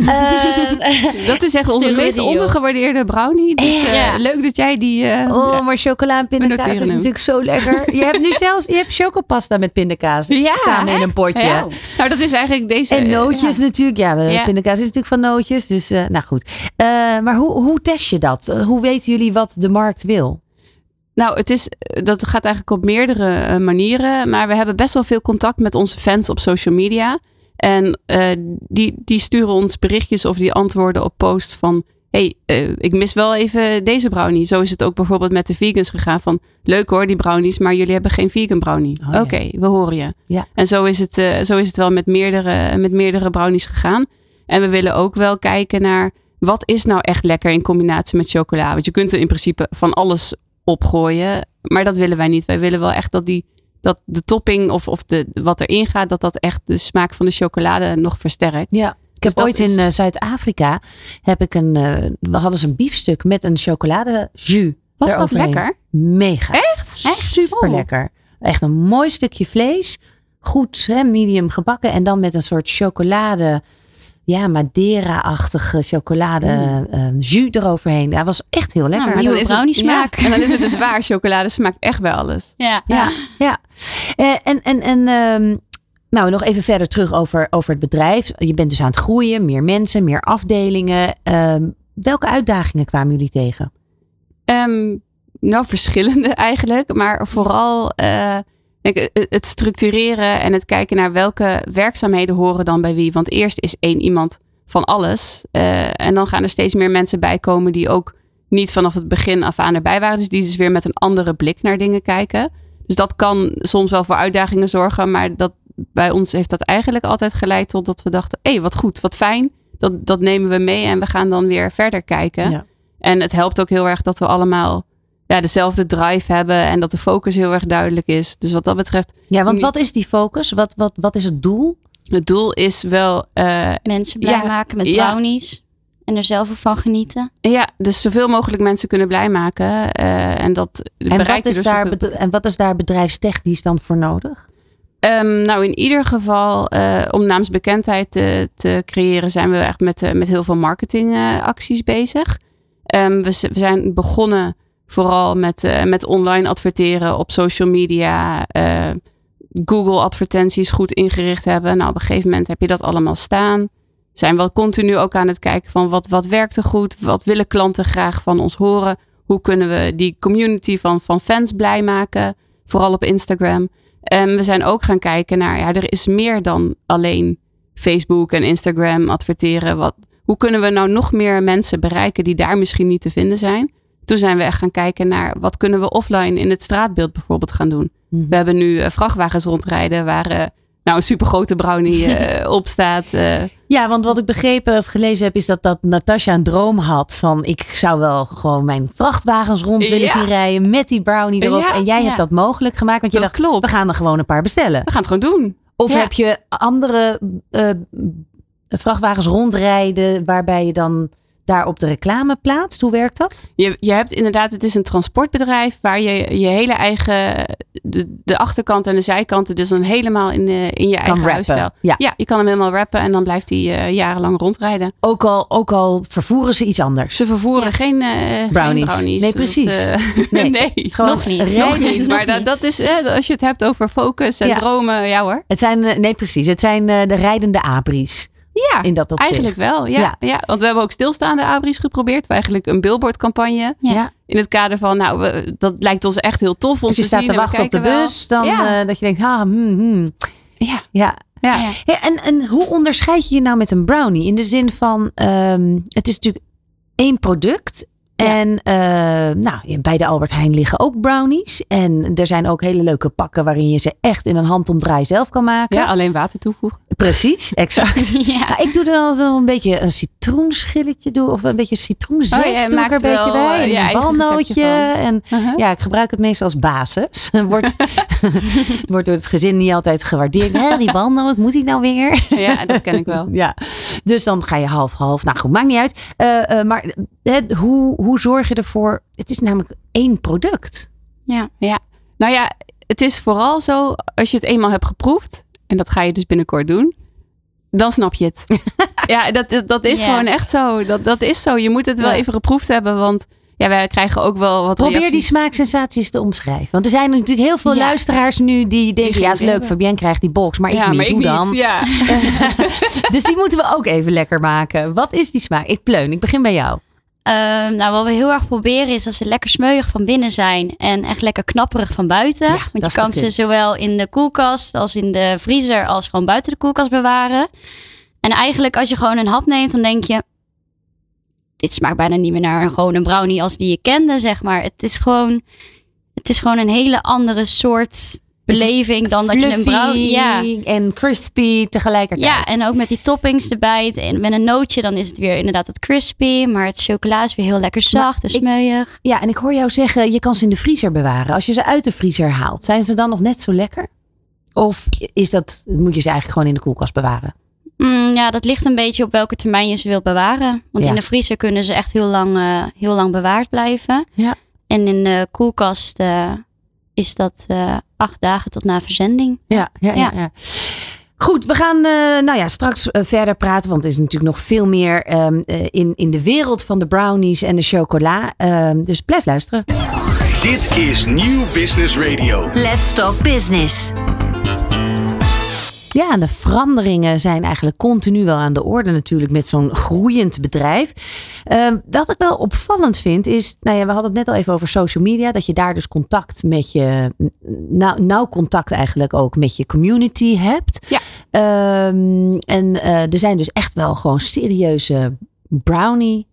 S4: uh,
S5: Dat is echt onze
S6: Stille
S5: meest
S6: video.
S5: ondergewaardeerde brownie. Dus uh,
S6: Ja.
S5: leuk dat jij die... Uh,
S4: Oh, maar chocola en pindakaas
S5: noteren
S4: is
S5: hem.
S4: natuurlijk zo lekker. Je hebt nu zelfs je hebt chocopasta met pindakaas.
S5: Ja,
S4: samen in een
S5: echt?
S4: potje.
S5: Ja. Nou, dat is eigenlijk deze...
S4: En nootjes
S5: ja.
S4: natuurlijk. Ja, we-
S6: Ja.
S4: pindakaas is natuurlijk van nootjes. Dus, uh, nou goed. Uh, maar hoe, hoe test je dat? Uh, hoe weten jullie wat de markt wil?
S5: Nou, het is, dat gaat eigenlijk op meerdere uh, manieren. Maar we hebben best wel veel contact met onze fans op social media. En uh, die, die sturen ons berichtjes of die antwoorden op posts van... hey, uh, ik mis wel even deze brownie. Zo is het ook bijvoorbeeld met de vegans gegaan van... leuk hoor, die brownies, maar jullie hebben geen vegan brownie.
S4: Oh, ja.
S5: Oké, okay, we horen je.
S4: Ja.
S5: En zo is, het, uh, zo is het wel met meerdere, met meerdere brownies gegaan. En we willen ook wel kijken naar... wat is nou echt lekker in combinatie met chocola? Want je kunt er in principe van alles opgooien. Maar dat willen wij niet. Wij willen wel echt dat die... dat de topping of, of de, wat erin gaat, dat dat echt de smaak van de chocolade nog versterkt.
S4: Ja. Ik
S5: Dus
S4: heb
S5: dat
S4: ooit
S5: is-
S4: in uh, Zuid-Afrika heb ik een, uh, we hadden ze een biefstuk met een chocoladejus.
S5: Was dat
S4: eroverheen.
S5: lekker?
S4: Mega.
S5: Echt? Echt?
S4: Super lekker. Echt een mooi stukje vlees. Goed, hè, medium gebakken. En dan met een soort chocolade ja, Madeira-achtige chocolade mm. uh, jus eroverheen. Dat was echt heel lekker.
S6: Nou, nieuwe brownie smaak.
S5: Ja, en dan is het dus waar. Chocolade smaakt echt bij alles.
S6: Ja.
S4: Ja, ja. Uh, en en, en um, nou, nog even verder terug over, over het bedrijf. Je bent dus aan het groeien. Meer mensen, meer afdelingen. Um, welke uitdagingen kwamen jullie tegen?
S5: Um, nou, verschillende eigenlijk. Maar vooral uh, het structureren en het kijken naar welke werkzaamheden horen dan bij wie. Want eerst is één iemand van alles. Uh, en dan gaan er steeds meer mensen bij komen die ook niet vanaf het begin af aan erbij waren. Dus die dus weer met een andere blik naar dingen kijken. Dus dat kan soms wel voor uitdagingen zorgen. Maar dat, bij ons heeft dat eigenlijk altijd geleid tot dat we dachten, hé, hey, wat goed, wat fijn. Dat, dat nemen we mee en we gaan dan weer verder kijken. Ja. En het helpt ook heel erg dat we allemaal ja, dezelfde drive hebben en dat de focus heel erg duidelijk is. Dus wat dat betreft...
S4: Ja, want niet... wat is die focus? Wat, wat, wat is het doel?
S5: Het doel is wel... Uh,
S6: mensen blij ja, maken met brownies. Ja. En er zelf van genieten.
S5: Ja, dus zoveel mogelijk mensen kunnen blij maken. Uh, en dat
S4: en wat, is daar zoveel... en wat is daar bedrijfstechnisch dan voor nodig?
S5: Um, nou, in ieder geval, uh, om naamsbekendheid te, te creëren, zijn we echt met, uh, met heel veel marketingacties uh, bezig. Um, we, we zijn begonnen vooral met, uh, met online adverteren op social media. Uh, Google advertenties goed ingericht hebben. Nou, op een gegeven moment heb je dat allemaal staan. Zijn we continu ook aan het kijken van wat, wat werkt er goed? Wat willen klanten graag van ons horen? Hoe kunnen we die community van, van fans blij maken? Vooral op Instagram. En we zijn ook gaan kijken naar, ja, er is meer dan alleen Facebook en Instagram adverteren. Wat, hoe kunnen we nou nog meer mensen bereiken die daar misschien niet te vinden zijn? Toen zijn we echt gaan kijken naar, wat kunnen we offline in het straatbeeld bijvoorbeeld gaan doen? Mm-hmm. We hebben nu uh, vrachtwagens rondrijden waar uh, nou een supergrote brownie uh, op staat. Uh.
S4: Ja, want wat ik begrepen of gelezen heb is dat, dat Natasja een droom had van, ik zou wel gewoon mijn vrachtwagens rond willen ja. zien rijden met die brownie erop. Ja, en jij ja. hebt dat mogelijk gemaakt, want je dat dacht, klopt. We gaan er gewoon een paar bestellen.
S5: We gaan het gewoon doen.
S4: Of
S5: ja.
S4: heb je andere uh, vrachtwagens rondrijden waarbij je dan daar op de reclame plaatst? Hoe werkt dat?
S5: Je, je hebt inderdaad, het is een transportbedrijf waar je je hele eigen, de, de achterkant en de zijkanten dus dan helemaal in, de, in je
S4: kan
S5: eigen
S4: huisstijl.
S5: Ja. ja, je kan hem helemaal rappen en dan blijft hij uh, jarenlang rondrijden.
S4: Ook al, ook al vervoeren ze iets anders.
S5: Ze vervoeren ja. geen, uh,
S4: brownies.
S5: geen brownies.
S4: Nee, precies.
S5: Dat, uh, nee, nee.
S6: Het nog niet.
S5: Nog niet. Maar dat, dat is, uh, als je het hebt over focus en ja. dromen, ja hoor.
S4: Het zijn, uh, nee precies, het zijn uh, de rijdende abris.
S5: Ja,
S4: in dat opzicht.
S5: Eigenlijk wel. Ja, ja. Ja, want we hebben ook stilstaande abris geprobeerd. Eigenlijk een billboardcampagne. Ja. In het kader van, nou, we, dat lijkt ons echt heel tof.
S4: Als je
S5: te
S4: staat
S5: zien
S4: te wachten op de bus, dan ja. uh, dat je denkt, ah, hmm, hmm.
S5: Ja.
S4: Ja. Ja. Ja. Ja, en, en hoe onderscheid je je nou met een brownie? In de zin van, um, het is natuurlijk één product. Ja. En uh, nou, bij de Albert Heijn liggen ook brownies. En er zijn ook hele leuke pakken waarin je ze echt in een handomdraai zelf kan maken.
S5: Ja, alleen water toevoegen.
S4: Precies, exact.
S6: ja.
S4: Nou, ik doe er dan altijd wel een beetje een citroenschilletje door. Of een beetje citroenzest oh, ja, doe ik er een beetje bij. En ja, een walnootje. En uh-huh. ja, ik gebruik het meestal als basis. Wordt, wordt door het gezin niet altijd gewaardeerd. Hé, die walnoot, moet die nou weer?
S5: Ja, dat ken ik wel.
S4: Ja. Dus dan ga je half-half. Nou goed, maakt niet uit. Uh, uh, maar uh, hoe, hoe zorg je ervoor? Het is namelijk één product.
S5: Ja, ja. Nou ja, het is vooral zo, als je het eenmaal hebt geproefd. En dat ga je dus binnenkort doen. Dan snap je het. ja, dat, dat, dat is yeah. gewoon echt zo. Dat, dat is zo. Je moet het wel ja. even geproefd hebben. Want ja, wij krijgen ook wel wat
S4: Probeer
S5: reacties.
S4: die smaaksensaties te omschrijven. Want er zijn natuurlijk heel veel ja. luisteraars nu die denken, die ja, is leuk, hebben. Fabienne krijgt die box, maar ik
S5: ja,
S4: niet.
S5: Maar
S4: Hoe
S5: ik
S4: dan?
S5: Niet, ja.
S4: Dus die moeten we ook even lekker maken. Wat is die smaak? Ik pleun, ik begin bij jou.
S6: Uh, nou, wat we heel erg proberen is dat ze lekker smeuig van binnen zijn en echt lekker knapperig van buiten. Ja, want je kan ze zowel in de koelkast als in de vriezer als gewoon buiten de koelkast bewaren. En eigenlijk als je gewoon een hap neemt, dan denk je, dit smaakt bijna niet meer naar een, gewoon een brownie als die je kende, zeg maar. Het is gewoon, het is gewoon een hele andere soort beleving dan dat je een brownie...
S4: Ja. En crispy tegelijkertijd.
S6: Ja, en ook met die toppings erbij. En met een nootje dan is het weer inderdaad het crispy. Maar het chocola is weer heel lekker zacht en smeuig.
S4: Ja, en ik hoor jou zeggen, je kan ze in de vriezer bewaren. Als je ze uit de vriezer haalt, zijn ze dan nog net zo lekker? Of is dat, moet je ze eigenlijk gewoon in de koelkast bewaren?
S6: Mm, ja, dat ligt een beetje op welke termijn je ze wilt bewaren. Want ja. in de vriezer kunnen ze echt heel lang, uh, heel lang bewaard blijven. Ja. En in de koelkast uh, is dat uh, acht dagen tot na verzending.
S4: Ja, ja, ja. ja. ja. Goed, we gaan uh, nou ja, straks uh, verder praten. Want er is natuurlijk nog veel meer um, uh, in, in de wereld van de brownies en de chocola. Uh, dus blijf luisteren.
S2: Dit is Nieuw Business Radio.
S3: Let's Talk Business.
S4: Ja, de veranderingen zijn eigenlijk continu wel aan de orde natuurlijk met zo'n groeiend bedrijf. Uh, wat ik wel opvallend vind is, nou ja, we hadden het net al even over social media. Dat je daar dus contact met je, nou, nauw contact eigenlijk ook met je community hebt.
S5: Ja.
S4: Um, en uh, er zijn dus echt wel gewoon serieuze brownie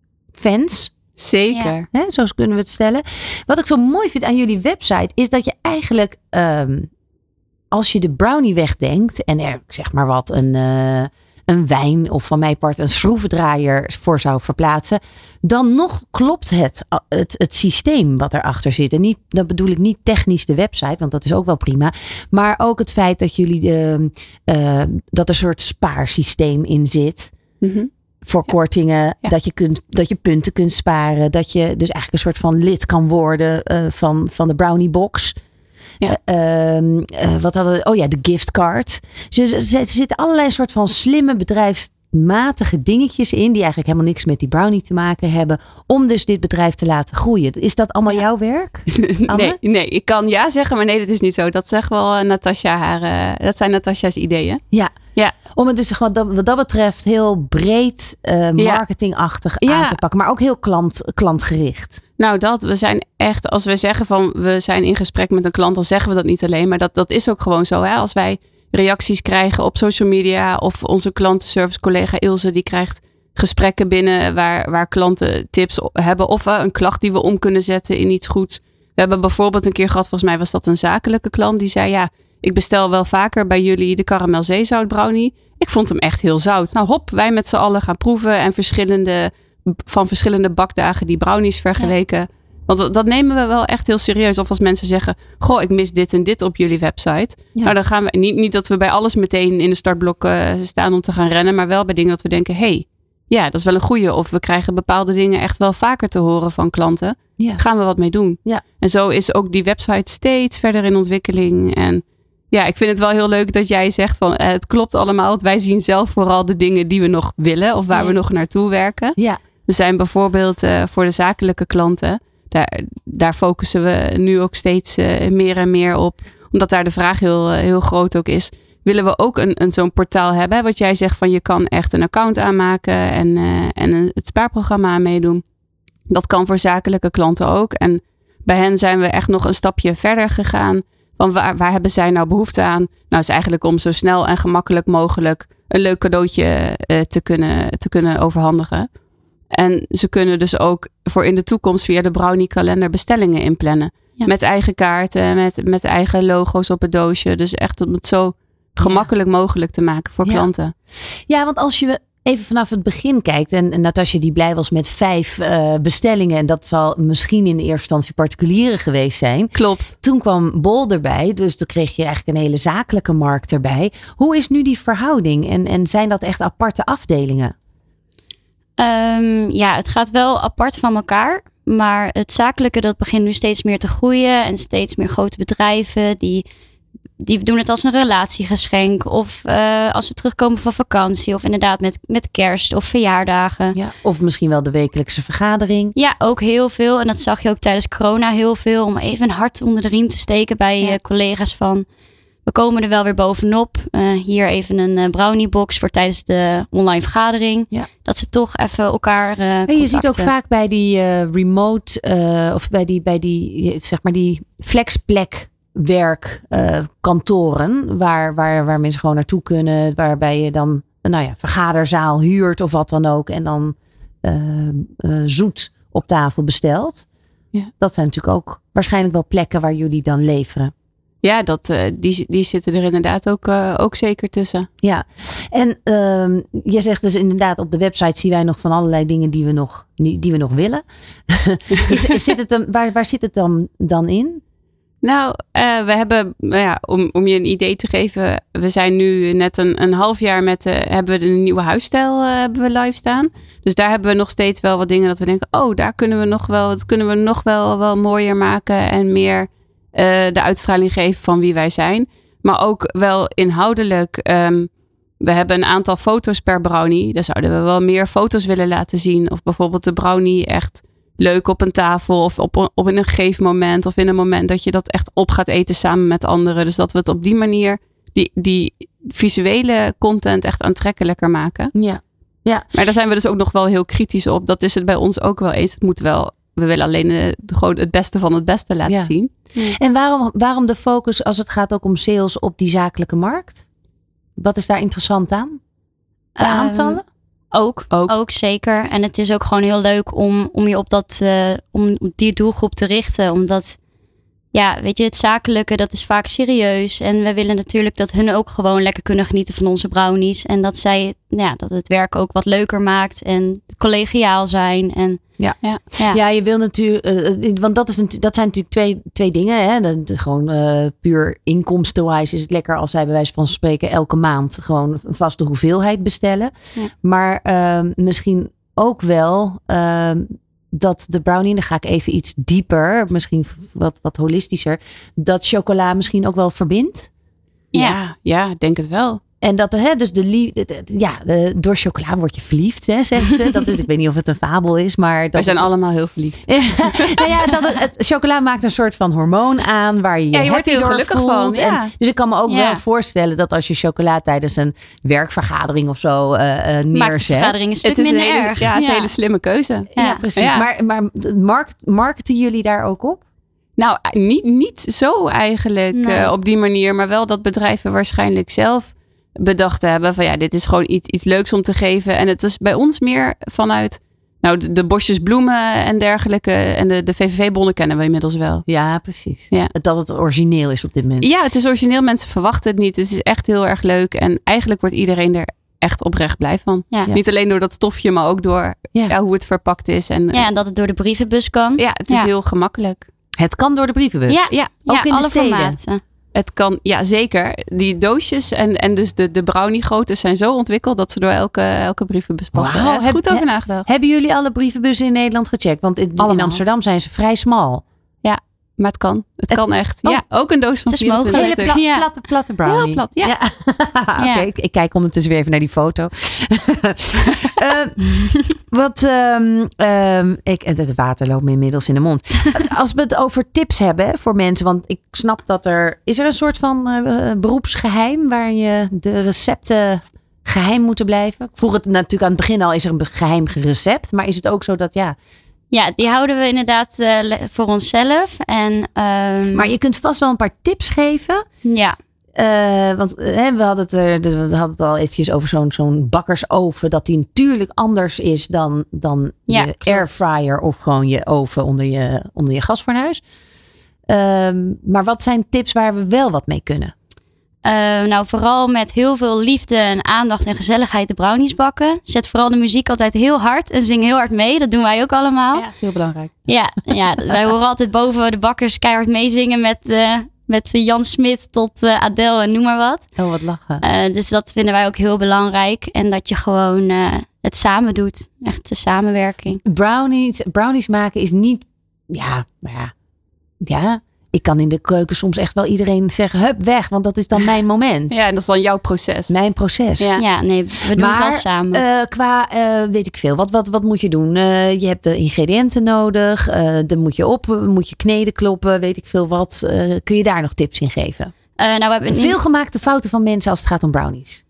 S4: fans.
S5: Zeker.
S4: Hè, zo kunnen we het stellen. Wat ik zo mooi vind aan jullie website is dat je eigenlijk... Um, als je de brownie wegdenkt en er zeg maar wat een, uh, een wijn of van mijn part een schroevendraaier voor zou verplaatsen, dan nog klopt het, het, het systeem wat erachter zit. En niet, dat bedoel ik niet technisch de website, want dat is ook wel prima. Maar ook het feit dat jullie de, uh, dat er een soort spaarsysteem in zit. Mm-hmm. Voor ja. kortingen, ja. dat, je kunt, dat je punten kunt sparen. Dat je dus eigenlijk een soort van lid kan worden uh, van, van de brownie box. Ja. Uh, uh, wat hadden we? Oh ja, de giftcard. Dus er zitten allerlei soort van slimme bedrijfsmatige dingetjes in die eigenlijk helemaal niks met die brownie te maken hebben, om dus dit bedrijf te laten groeien. Is dat allemaal ja. jouw werk?
S5: nee, nee, ik kan ja zeggen, maar nee, dat is niet zo. Dat zegt wel uh, Natasja haar. Uh, dat zijn Natasja's ideeën.
S4: Ja.
S5: Ja.
S4: Om het dus gewoon wat dat betreft heel breed uh, marketingachtig ja. aan te pakken. Maar ook heel klant, klantgericht.
S5: Nou dat, we zijn echt, als we zeggen van we zijn in gesprek met een klant, dan zeggen we dat niet alleen. Maar dat, dat is ook gewoon zo. Hè? Als wij reacties krijgen op social media of onze klantenservice collega Ilse, die krijgt gesprekken binnen waar, waar klanten tips hebben. Of uh, een klacht die we om kunnen zetten in iets goeds. We hebben bijvoorbeeld een keer gehad, volgens mij was dat een zakelijke klant. Die zei ja, ik bestel wel vaker bij jullie de karamel zeezout brownie. Ik vond hem echt heel zout. Nou hop, wij met z'n allen gaan proeven en verschillende, van verschillende bakdagen die brownies vergeleken. Ja. Want dat nemen we wel echt heel serieus. Of als mensen zeggen, goh, ik mis dit en dit op jullie website. Ja. Nou dan gaan we, niet, niet dat we bij alles meteen in de startblokken staan om te gaan rennen. Maar wel bij dingen dat we denken, hé, hey, ja, dat is wel een goeie. Of we krijgen bepaalde dingen echt wel vaker te horen van klanten. Ja. Gaan we wat mee doen. Ja. En zo is ook die website steeds verder in ontwikkeling. En ja, ik vind het wel heel leuk dat jij zegt van eh, het klopt allemaal. Want wij zien zelf vooral de dingen die we nog willen. Of waar ja. we nog naartoe werken. Ja. Er zijn bijvoorbeeld uh, voor de zakelijke klanten. Daar, daar focussen we nu ook steeds uh, meer en meer op. Omdat daar de vraag heel, uh, heel groot ook is. Willen we ook een, een, zo'n portaal hebben? Wat jij zegt van je kan echt een account aanmaken. En, uh, en een, het spaarprogramma aan meedoen. Dat kan voor zakelijke klanten ook. En bij hen zijn we echt nog een stapje verder gegaan. Van waar, waar hebben zij nou behoefte aan? Nou, is eigenlijk om zo snel en gemakkelijk mogelijk een leuk cadeautje uh, te, kunnen, te kunnen overhandigen. En ze kunnen dus ook voor in de toekomst via de Brownie kalender bestellingen inplannen. Ja. Met eigen kaarten, met, met eigen logo's op het doosje. Dus echt om het zo gemakkelijk ja. mogelijk te maken voor ja. klanten.
S4: Ja, want als je even vanaf het begin kijkt. En, en Natasja die blij was met vijf uh, bestellingen. En dat zal misschien in de eerste instantie particulieren geweest zijn.
S5: Klopt.
S4: Toen kwam Bol erbij. Dus toen kreeg je eigenlijk een hele zakelijke markt erbij. Hoe is nu die verhouding? En, en zijn dat echt aparte afdelingen?
S6: Um, ja, het gaat wel apart van elkaar. Maar het zakelijke dat begint nu steeds meer te groeien. En steeds meer grote bedrijven die... Die doen het als een relatiegeschenk. Of uh, als ze terugkomen van vakantie. Of inderdaad met, met kerst of verjaardagen.
S4: Ja, of misschien wel de wekelijkse vergadering.
S6: Ja, ook heel veel. En dat zag je ook tijdens corona heel veel. Om even een hart onder de riem te steken bij ja. uh, collega's van... We komen er wel weer bovenop. Uh, hier even een uh, brownie box voor tijdens de online vergadering. Ja. Dat ze toch even elkaar uh,
S4: en je ziet ook vaak bij die uh, remote... Uh, of bij die, bij die, zeg maar die flexplek... werkkantoren uh, waar, waar, waar mensen gewoon naartoe kunnen. Waarbij je dan nou ja, vergaderzaal huurt of wat dan ook. En dan uh, uh, zoet op tafel bestelt. Ja. Dat zijn natuurlijk ook waarschijnlijk wel plekken waar jullie dan leveren.
S5: Ja, dat, uh, die, die zitten er inderdaad ook, uh, ook zeker tussen.
S4: Ja, en uh, je zegt dus inderdaad op de website zien wij nog van allerlei dingen die we nog, die, die we nog willen. is, zit het dan, waar, waar zit het dan, dan in?
S5: Nou, uh, we hebben, nou ja, om, om je een idee te geven, we zijn nu net een, een half jaar met, uh, hebben we een nieuwe huisstijl uh, hebben we live staan. Dus daar hebben we nog steeds wel wat dingen dat we denken, oh, daar kunnen we nog wel, dat kunnen we nog wel, wel mooier maken en meer uh, de uitstraling geven van wie wij zijn. Maar ook wel inhoudelijk. Um, we hebben een aantal foto's per brownie. Daar zouden we wel meer foto's willen laten zien. Of bijvoorbeeld de brownie echt leuk op een tafel. Of op, op in een geefmoment. Of in een moment dat je dat echt op gaat eten samen met anderen. Dus dat we het op die manier, die, die visuele content echt aantrekkelijker maken.
S4: Ja. Ja.
S5: Maar daar zijn we dus ook nog wel heel kritisch op. Dat is het bij ons ook wel eens. Het moet wel, we willen alleen de, de, gewoon het beste van het beste laten
S4: ja.
S5: zien.
S4: En waarom, waarom de focus als het gaat ook om sales op die zakelijke markt? Wat is daar interessant aan? De um, aantallen?
S6: Ook, ook, ook zeker. En het is ook gewoon heel leuk om, om je op dat, uh, om die doelgroep te richten. Omdat, ja, weet je, het zakelijke, dat is vaak serieus. En we willen natuurlijk dat hun ook gewoon lekker kunnen genieten van onze brownies. En dat zij, ja, dat het werk ook wat leuker maakt en collegiaal zijn. En
S4: Ja. Ja. Ja. ja, je wil natuurlijk, uh, want dat, is natu- dat zijn natuurlijk twee, twee dingen. Hè? De, de, gewoon uh, puur inkomstenwijs is het lekker als zij bij wijze van spreken elke maand gewoon een vaste hoeveelheid bestellen. Ja. Maar uh, misschien ook wel uh, dat de brownie, en dan ga ik even iets dieper, misschien wat, wat holistischer, dat chocola misschien ook wel verbindt.
S5: Ja, ja, ja, ik denk het wel.
S4: En dat, hè, dus de liefde, ja, de, door chocola word je verliefd, hè, zeggen ze. Dat is, ik weet niet of het een fabel is, maar dat
S5: wij zijn het, allemaal heel verliefd.
S4: nou ja, dat het, het, chocola maakt een soort van hormoon aan waar je je,
S5: ja, je wordt heel gelukkig
S4: voelt.
S5: van. Ja.
S4: En, dus ik kan me ook ja. wel voorstellen dat als je chocola tijdens een werkvergadering of zo uh, uh, neerzet.
S6: Maakt de vergadering een stuk
S5: het is
S6: minder
S5: een hele,
S6: erg.
S5: Ja, het is
S6: ja.
S5: een hele slimme keuze.
S4: Ja, ja precies. Ja. Maar, maar markt, markten jullie daar ook op?
S5: Nou, niet, niet zo eigenlijk
S6: nee.
S5: uh, op die manier. Maar wel dat bedrijven waarschijnlijk zelf bedacht hebben van ja, dit is gewoon iets, iets leuks om te geven. En het is bij ons meer vanuit nou, de, de bosjes bloemen en dergelijke. En de, de V V V-bonnen kennen we inmiddels wel.
S4: Ja, precies.
S5: Ja.
S4: Dat het origineel is op dit moment.
S5: Ja, het is origineel. Mensen verwachten het niet. Het is echt heel erg leuk. En eigenlijk wordt iedereen er echt oprecht blij van. Ja. Niet alleen door dat stofje, maar ook door ja. Ja, hoe het verpakt is. En,
S6: ja, en dat het door de brievenbus kan.
S5: Ja, het is ja. heel gemakkelijk.
S4: Het kan door de brievenbus?
S6: Ja, ja.
S4: Ook
S6: ja,
S4: in
S6: alle
S4: de steden?
S6: formaten.
S5: Het kan, ja zeker. Die doosjes en, en dus de, de brownie groottes zijn zo ontwikkeld dat ze door elke, elke brievenbus passen.
S4: Wow,
S5: er is
S4: heb,
S5: goed over
S4: he,
S5: nagedacht.
S4: Hebben jullie alle brievenbussen in Nederland gecheckt? Want in, in Amsterdam zijn ze vrij smal.
S5: Ja, maar het kan. Het, het kan echt.
S4: Oh,
S5: ja, ook een doos van vierentwintig
S4: hele pla-
S5: ja.
S4: platte, platte brownie.
S5: Heel plat, ja.
S4: ja. Oké, okay, ik, ik kijk ondertussen weer even naar die foto. uh, wat, um, um, ik, het water loopt me inmiddels in de mond. Als we het over tips hebben voor mensen, want ik snap dat er, is er een soort van uh, beroepsgeheim waar je de recepten geheim moeten blijven? Ik vroeg het natuurlijk aan het begin al, is er een geheim recept? Maar is het ook zo dat ja...
S6: Ja, die houden we inderdaad uh, voor onszelf. En, um...
S4: Maar je kunt vast wel een paar tips geven.
S6: Ja.
S4: Uh, want hè, we hadden het er, we hadden het al eventjes over zo'n, zo'n bakkersoven. Dat die natuurlijk anders is dan, dan
S6: ja,
S4: je klopt. Airfryer of gewoon je oven onder je, onder je gasfornuis. Um, maar wat zijn tips waar we wel wat mee kunnen?
S6: Uh, nou, vooral met heel veel liefde en aandacht en gezelligheid de brownies bakken. Zet vooral de muziek altijd heel hard en zing heel hard mee. Dat doen wij ook allemaal.
S5: Ja, dat is heel belangrijk.
S6: Ja, ja wij horen altijd boven de bakkers keihard meezingen met, uh, met Jan Smit tot uh, Adele en noem maar wat.
S4: Oh, wat lachen.
S6: Uh, dus dat vinden wij ook heel belangrijk. En dat je gewoon uh, het samen doet. Echt de samenwerking.
S4: Brownies, brownies maken is niet... Ja, ja, ja... Ik kan in de keuken soms echt wel iedereen zeggen, hup, weg. Want dat is dan mijn moment.
S5: Ja, en dat is dan jouw proces.
S4: Mijn proces.
S6: Ja, ja nee, we doen
S4: maar,
S6: het al samen.
S4: Uh, qua, uh, weet ik veel, wat, wat, wat moet je doen? Uh, je hebt de ingrediënten nodig. Uh, dan moet je op, moet je kneden kloppen, weet ik veel wat. Uh, kun je daar nog tips in geven?
S6: Uh, nou, we hebben
S4: Veel gemaakte fouten van mensen als het gaat om brownies.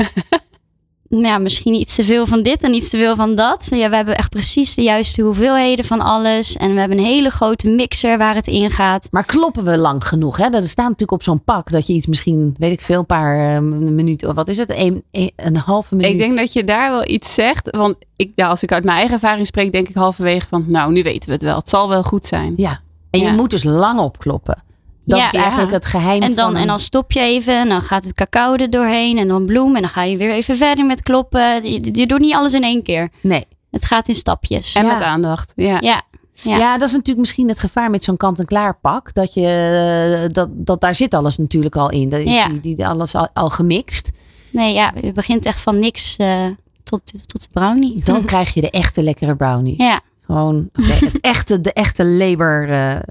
S6: Ja, misschien iets te veel van dit en iets te veel van dat. Ja, we hebben echt precies de juiste hoeveelheden van alles. En we hebben een hele grote mixer waar het in gaat.
S4: Maar kloppen we lang genoeg? Hè? Dat staat natuurlijk op zo'n pak. Dat je iets misschien, weet ik veel, een paar uh, minuten. Of wat is het? Een, een, een halve minuut.
S5: Ik denk dat je daar wel iets zegt. Want ik, ja, als ik uit mijn eigen ervaring spreek, denk ik halverwege van, nou, nu weten we het wel. Het zal wel goed zijn.
S4: Ja, en
S5: ja.
S4: je moet dus lang opkloppen. Dat
S6: ja,
S4: is eigenlijk
S6: ja.
S4: het geheim
S6: en dan,
S4: van...
S6: En dan stop je even en dan gaat het cacao er doorheen en dan bloem. En dan ga je weer even verder met kloppen. Je, je doet niet alles in één keer.
S4: Nee.
S6: Het gaat in stapjes.
S5: En
S4: ja.
S5: met aandacht. Ja.
S6: Ja.
S4: Ja. ja, dat is natuurlijk misschien het gevaar met zo'n kant-en-klaar pak. Dat, je, dat, dat daar zit alles natuurlijk al in. Dat is
S6: ja.
S4: die, die alles al, al gemixt.
S6: Nee, ja, je begint echt van niks uh, tot, tot de brownie.
S4: Dan krijg je de echte lekkere brownies.
S6: Ja.
S4: Gewoon okay, het echte, de echte labor uh,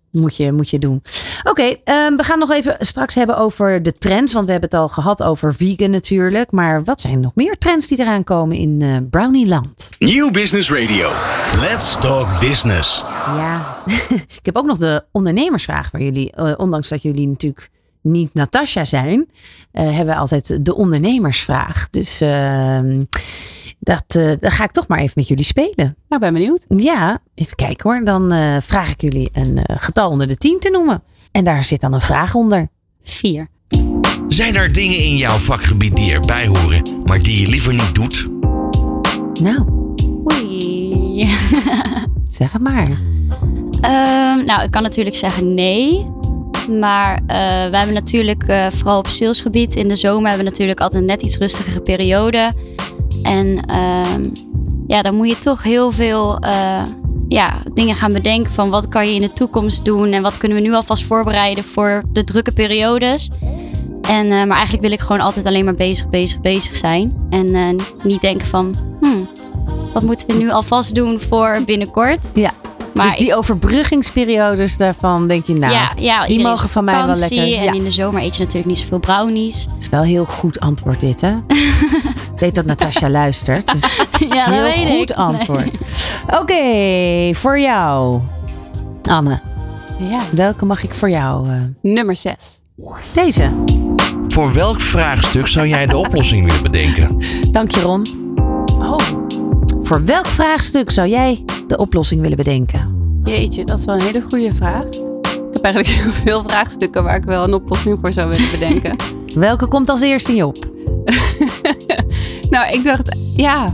S4: Moet je, moet je doen. Oké, okay, um, we gaan nog even straks hebben over de trends. Want we hebben het al gehad over vegan natuurlijk. Maar wat zijn nog meer trends die eraan komen in uh, Brownieland?
S2: Nieuw Business Radio. Let's talk business.
S4: Ja, ik heb ook nog de ondernemersvraag. Waar jullie, uh, ondanks dat jullie natuurlijk niet Natasja zijn, uh, hebben we altijd de ondernemersvraag. Dus uh, dat, uh, dat ga ik toch maar even met jullie spelen.
S5: Nou, ben benieuwd.
S4: Ja, even kijken hoor. Dan uh, vraag ik jullie een uh, getal onder de tien te noemen. En daar zit dan een vraag onder.
S6: Vier.
S1: Zijn er dingen in jouw vakgebied die erbij horen, maar die je liever niet doet?
S4: Nou.
S6: Oei.
S4: Zeg het maar.
S6: Um, nou, ik kan natuurlijk zeggen nee. Maar uh, we hebben natuurlijk uh, vooral op salesgebied in de zomer hebben we natuurlijk altijd een net iets rustigere periode. En uh, ja, dan moet je toch heel veel uh, ja, dingen gaan bedenken van wat kan je in de toekomst doen en wat kunnen we nu alvast voorbereiden voor de drukke periodes. En, uh, maar eigenlijk wil ik gewoon altijd alleen maar bezig, bezig, bezig zijn. En uh, niet denken van, hmm, wat moeten we nu alvast doen voor binnenkort?
S4: Ja. Maar dus die
S6: ik,
S4: overbruggingsperiodes daarvan denk je nou,
S6: ja, ja,
S4: die mogen van mij wel lekker.
S6: En
S4: ja.
S6: in de zomer eet je natuurlijk niet zoveel brownies.
S4: Dat is wel een heel goed antwoord dit, hè? Ik weet dat Natasja luistert. Dus
S6: ja, dat
S4: heel
S6: weet
S4: goed
S6: ik.
S4: antwoord.
S6: Nee.
S4: Oké, okay, voor jou. Anne,
S5: Ja.
S4: welke mag ik voor jou? Uh...
S5: Nummer zes.
S4: Deze.
S1: Voor welk vraagstuk zou jij de oplossing willen bedenken?
S4: Dank je, Ron.
S5: Oh,
S4: Voor welk vraagstuk zou jij de oplossing willen bedenken?
S5: jeetje, dat is wel een hele goede vraag. Ik heb eigenlijk heel veel vraagstukken waar ik wel een oplossing voor zou willen bedenken.
S4: Welke komt als eerste in je op?
S5: Nou, ik dacht, ja.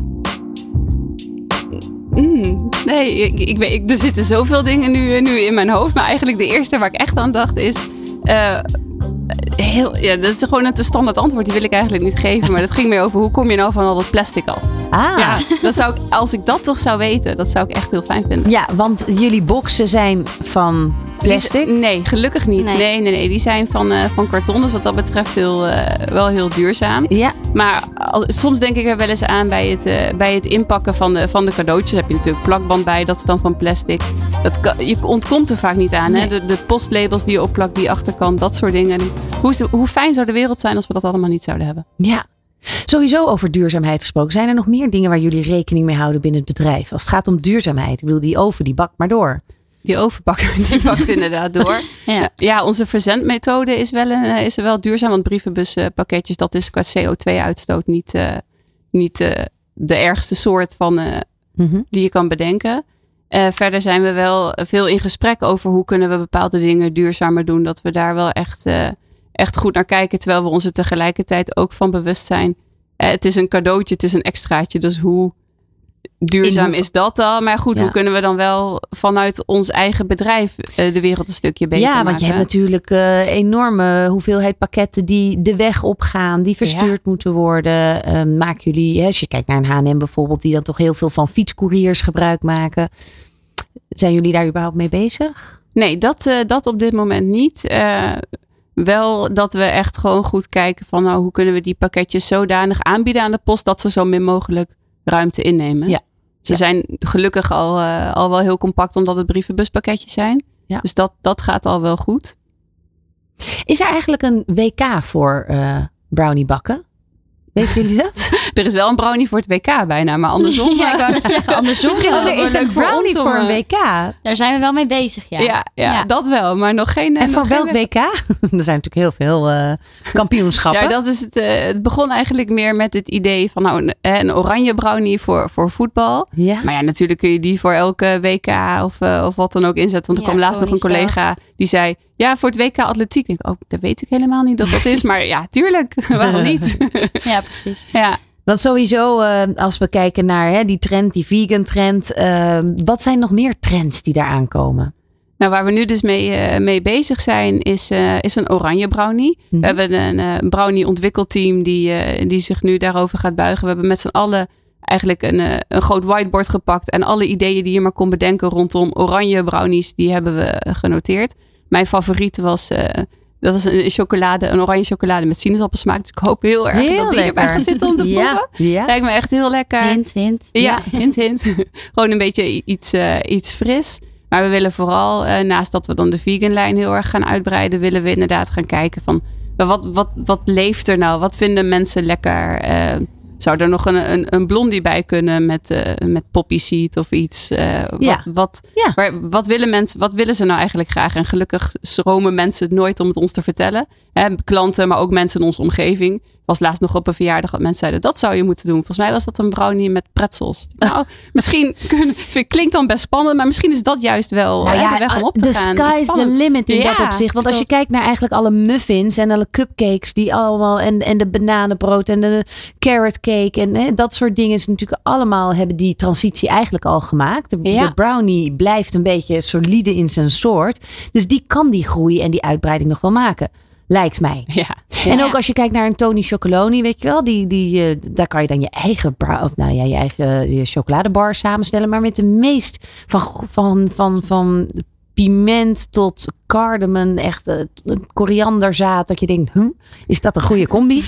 S5: Mm, nee, ik, ik weet, ik, er zitten zoveel dingen nu, nu in mijn hoofd. Maar eigenlijk de eerste waar ik echt aan dacht is... Uh, heel, ja, dat is gewoon een te standaard antwoord. Die wil ik eigenlijk niet geven. Maar dat ging meer over hoe kom je nou van al dat plastic af?
S4: Ah.
S5: Ja, dat zou ik, als ik dat toch zou weten, dat zou ik echt heel fijn vinden.
S4: Ja, want jullie boxen zijn van plastic?
S5: Die, nee, gelukkig niet. Nee, nee, nee. nee. Die zijn van, uh, van karton. Dus wat dat betreft heel, uh, wel heel duurzaam.
S4: Ja.
S5: Maar als, soms denk ik er wel eens aan bij het, uh, bij het inpakken van de, van de cadeautjes. Heb je natuurlijk plakband bij. Dat is dan van plastic. Dat kan, je ontkomt er vaak niet aan. Nee. Hè? De, de postlabels die je opplakt, die achterkant, dat soort dingen. Hoe, is de, hoe fijn zou de wereld zijn als we dat allemaal niet zouden hebben?
S4: Ja. Sowieso over duurzaamheid gesproken. Zijn er nog meer dingen waar jullie rekening mee houden binnen het bedrijf? Als het gaat om duurzaamheid. Ik bedoel, die oven, die bakt maar door.
S5: Die ovenbak, die bakt inderdaad door. Ja. ja, onze verzendmethode is wel, een, is wel duurzaam. Want brievenbuspakketjes, dat is qua C O twee uitstoot niet, uh, niet uh, de ergste soort van, uh, mm-hmm. die je kan bedenken. Uh, verder zijn we wel veel in gesprek over hoe kunnen we bepaalde dingen duurzamer doen. Dat we daar wel echt, uh, echt goed naar kijken. Terwijl we ons er tegelijkertijd ook van bewust zijn. Uh, het is een cadeautje, het is een extraatje. Dus hoe duurzaam is dat dan? Maar goed, ja. hoe kunnen we dan wel vanuit ons eigen bedrijf uh, de wereld een stukje beter maken?
S4: Ja, want je hebt natuurlijk uh, enorme hoeveelheid pakketten die de weg opgaan, die verstuurd ja. moeten worden. Uh, maken jullie, hè, als je kijkt naar een H en M bijvoorbeeld, die dan toch heel veel van fietscouriers gebruik maken. Zijn jullie daar überhaupt mee bezig?
S5: Nee, dat, uh, dat op dit moment niet. Uh, wel dat we echt gewoon goed kijken van nou, hoe kunnen we die pakketjes zodanig aanbieden aan de post dat ze zo min mogelijk ruimte innemen. Ja. Ze ja. zijn gelukkig al, uh, al wel heel compact omdat het brievenbuspakketjes zijn. Ja. Dus dat, dat gaat al wel goed.
S4: Is er eigenlijk een W K voor uh, brownie bakken? Weten jullie dat?
S5: Er is wel een brownie voor het W K bijna, maar andersom.
S6: Ja, ik wou het zeggen, andersom.
S4: Misschien is er is een brownie voor, voor een W K.
S6: Daar zijn we wel mee bezig, ja.
S5: Ja, ja, ja. dat wel, maar nog geen...
S4: En
S5: nog
S4: voor welk
S5: geen...
S4: W K? Er zijn natuurlijk heel veel uh, kampioenschappen.
S5: Ja, dat is het, uh, het begon eigenlijk meer met het idee van nou, een, een oranje brownie voor, voor voetbal. Ja. Maar ja, natuurlijk kun je die voor elke W K of, uh, of wat dan ook inzetten. Want er ja, kwam laatst nog een collega zo. Die zei... Ja, voor het W K atletiek. Ik denk, oh, dat weet ik helemaal niet dat dat is. Maar ja, tuurlijk. Waarom niet?
S6: Ja, precies.
S5: Ja.
S4: Want sowieso, uh, als we kijken naar hè, die trend, die vegan trend. Uh, wat zijn nog meer trends die daar aankomen?
S5: Nou, waar we nu dus mee, uh, mee bezig zijn, is, uh, is een oranje brownie. Mm-hmm. We hebben een uh, brownie ontwikkelteam die, uh, die zich nu daarover gaat buigen. We hebben met z'n allen eigenlijk een, uh, een groot whiteboard gepakt. En alle ideeën die je maar kon bedenken rondom oranje brownies, die hebben we genoteerd. Mijn favoriete was, uh, dat is een chocolade, een oranje chocolade met sinaasappelsmaak. Dus ik hoop heel erg heel dat die erbij gaat zitten om te proeven. Ja, ja. Lijkt me echt heel lekker.
S6: Hint, hint.
S5: Ja, hint, hint. Gewoon een beetje iets, uh, iets fris. Maar we willen vooral, uh, naast dat we dan de vegan lijn heel erg gaan uitbreiden, willen we inderdaad gaan kijken van wat, wat, wat leeft er nou? Wat vinden mensen lekker? Uh, zou er nog een, een, een blondie bij kunnen met, uh, met poppy seed of iets? Uh,
S4: Ja.
S5: Wat, wat,
S4: Ja.
S5: waar, wat, willen mensen, wat willen ze nou eigenlijk graag? En gelukkig schromen mensen het nooit om het ons te vertellen. Hè, klanten, maar ook mensen in onze omgeving. Ik was laatst nog op een verjaardag dat mensen zeiden, dat zou je moeten doen. Volgens mij was dat een brownie met pretzels. Nou, misschien kun, klinkt dan best spannend, maar misschien is dat juist wel
S4: Nou
S5: hè,
S4: ja,
S5: de weg om op te
S4: the
S5: gaan.
S4: sky's
S5: Iets
S4: the
S5: spannends.
S4: limit in
S5: Ja,
S4: dat opzicht. Want als je
S5: klopt.
S4: kijkt naar eigenlijk alle muffins en alle cupcakes die allemaal en, en de bananenbrood en de carrot cake en hè, dat soort dingen is natuurlijk allemaal hebben die transitie eigenlijk al gemaakt. De,
S5: Ja.
S4: de brownie blijft een beetje solide in zijn soort. Dus die kan die groei en die uitbreiding nog wel maken. Lijkt mij.
S5: Ja.
S4: En ook als je kijkt naar een Tony Chocoloni, weet je wel, die, die, uh, daar kan je dan je eigen, bra- of nou ja, je eigen je chocoladebar samenstellen, maar met de meest van, van, van, van piment tot cardamom, echt uh, korianderzaad, dat je denkt, hm, is dat een goede combi?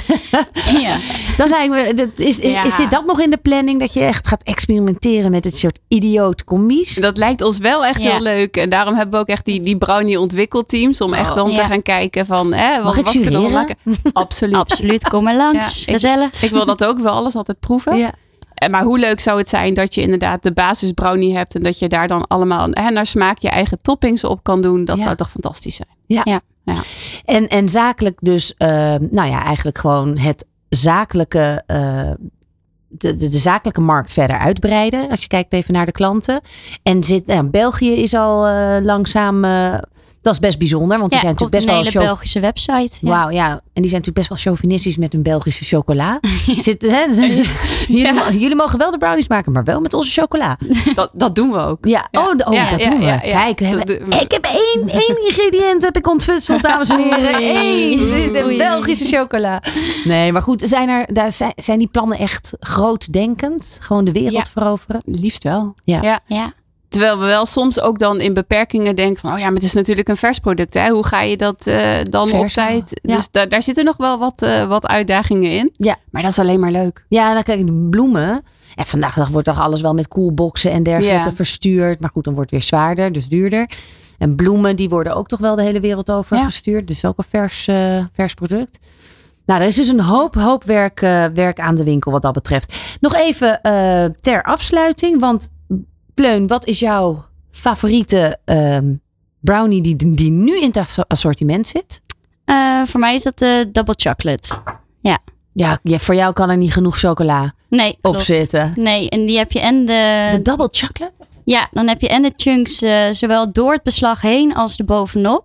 S6: Ja.
S4: Dat lijkt me, dat is,
S5: Ja.
S4: is, zit dat nog in de planning, dat je echt gaat experimenteren met dit soort idioot combi's?
S5: Dat lijkt ons wel echt
S6: Ja.
S5: heel leuk. En daarom hebben we ook echt die, die brownie ontwikkelteams. Om echt dan
S6: ja.
S5: te gaan kijken van hè, wat,
S4: Mag ik
S5: wat kunnen we
S4: jureren?
S5: maken. Absoluut.
S6: Absoluut, kom maar langs.
S5: Ja, ik-
S6: Gezellig.
S5: Ik wil dat ook wel alles altijd proeven.
S4: Ja.
S5: En Maar hoe leuk zou het zijn dat je inderdaad de basis brownie hebt. En dat je daar dan allemaal hè, naar smaak je eigen toppings op kan doen. Dat
S4: Ja.
S5: zou toch fantastisch zijn.
S4: Ja.
S6: Ja.
S5: Ja.
S4: En, en zakelijk dus, uh, nou ja, eigenlijk gewoon het zakelijke, uh, de, de, de zakelijke markt verder uitbreiden. Als je kijkt even naar de klanten. En zit, nou, België is al uh, langzaam, uh, dat is best bijzonder. Want die
S6: Ja,
S4: zijn
S6: komt
S4: natuurlijk
S6: een
S4: best
S6: hele
S4: wel...
S6: Belgische website. Ja.
S4: Wauw, ja. En die zijn natuurlijk best wel chauvinistisch met hun Belgische chocola. Zit, hè? jullie, mo- jullie mogen wel de brownies maken, maar wel met onze chocola.
S5: Dat, dat doen we ook.
S4: Ja,
S5: Ja.
S4: oh, d- oh
S5: Ja,
S4: dat
S5: ja,
S4: doen we.
S5: ja, ja.
S4: Kijk, we hebben,
S5: Dat doen we.
S4: ik heb één, één ingrediënt heb ik ontfutseld, dames en heren. Eén, de
S6: Oei.
S4: Belgische chocola. Nee, maar goed, zijn, er, daar zijn, zijn die plannen echt grootdenkend? Gewoon de wereld
S5: Ja.
S4: veroveren?
S5: Liefst wel.
S4: Ja.
S5: ja.
S6: Ja.
S5: Terwijl we wel soms ook dan in beperkingen denken van... oh ja, maar het is natuurlijk een vers product. Hè? Hoe ga je dat uh, dan
S4: Vers,
S5: op tijd?
S4: ja.
S5: Dus da- daar zitten nog wel wat, uh, wat uitdagingen in.
S4: Ja.
S5: Maar dat is alleen maar leuk.
S4: Ja, dan kijk ik de bloemen. En vandaag de dag wordt toch alles wel met koelboxen en dergelijke
S5: Ja.
S4: verstuurd. Maar goed, dan wordt het weer zwaarder, dus duurder. En bloemen, die worden ook toch wel de hele wereld over
S5: Ja.
S4: gestuurd. Dus ook een vers, uh, vers product. Nou, er is dus een hoop, hoop werk, uh, werk aan de winkel wat dat betreft. Nog even uh, ter afsluiting. Want Pleun, wat is jouw favoriete um, brownie die, die nu in het ass- assortiment zit?
S6: Uh, voor mij is dat de double chocolate. Ja.
S4: Ja, ja, voor jou kan er niet genoeg chocola
S6: Nee,
S4: op
S6: klopt.
S4: zitten.
S6: Nee, en die heb je en de...
S4: De double chocolate?
S6: Ja, dan heb je en de chunks uh, zowel door het beslag heen als er bovenop.